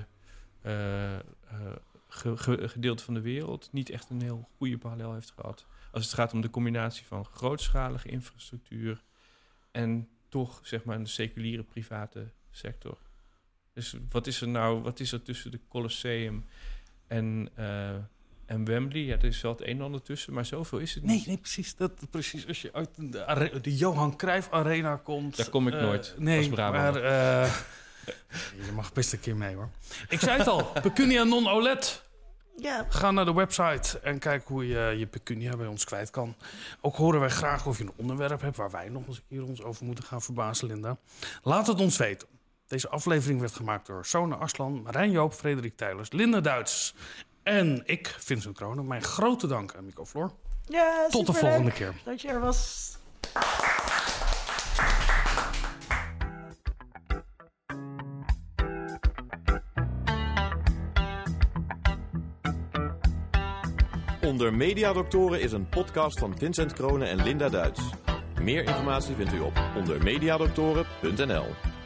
gedeelte van de wereld niet echt een heel goede parallel heeft gehad. Als het gaat om de combinatie van grootschalige infrastructuur en toch, zeg maar, een seculiere private sector. Dus wat is er tussen de Colosseum en Wembley? Ja, er is wel het een en ander tussen, maar zoveel is het niet. Nee, precies. Als je uit de Johan Cruijff Arena komt... Daar kom ik nooit, als Brabant. Maar je mag best een keer mee, hoor. Ik zei het al, pecunia non olet. Ja. Ga naar de website en kijk hoe je je pecunia bij ons kwijt kan. Ook horen wij graag of je een onderwerp hebt waar wij nog eens een keer ons over moeten gaan verbazen, Linda. Laat het ons weten. Deze aflevering werd gemaakt door Sona Arslan, Marijn Joop, Frederik Teylers, Linda Duits en ik, Vincent Kronen. Mijn grote dank aan Mico Floor. Ja, tot de volgende keer. Dat je er was. Onder Mediadoktoren is een podcast van Vincent Kronen en Linda Duits. Meer informatie vindt u op ondermediadoktoren.nl.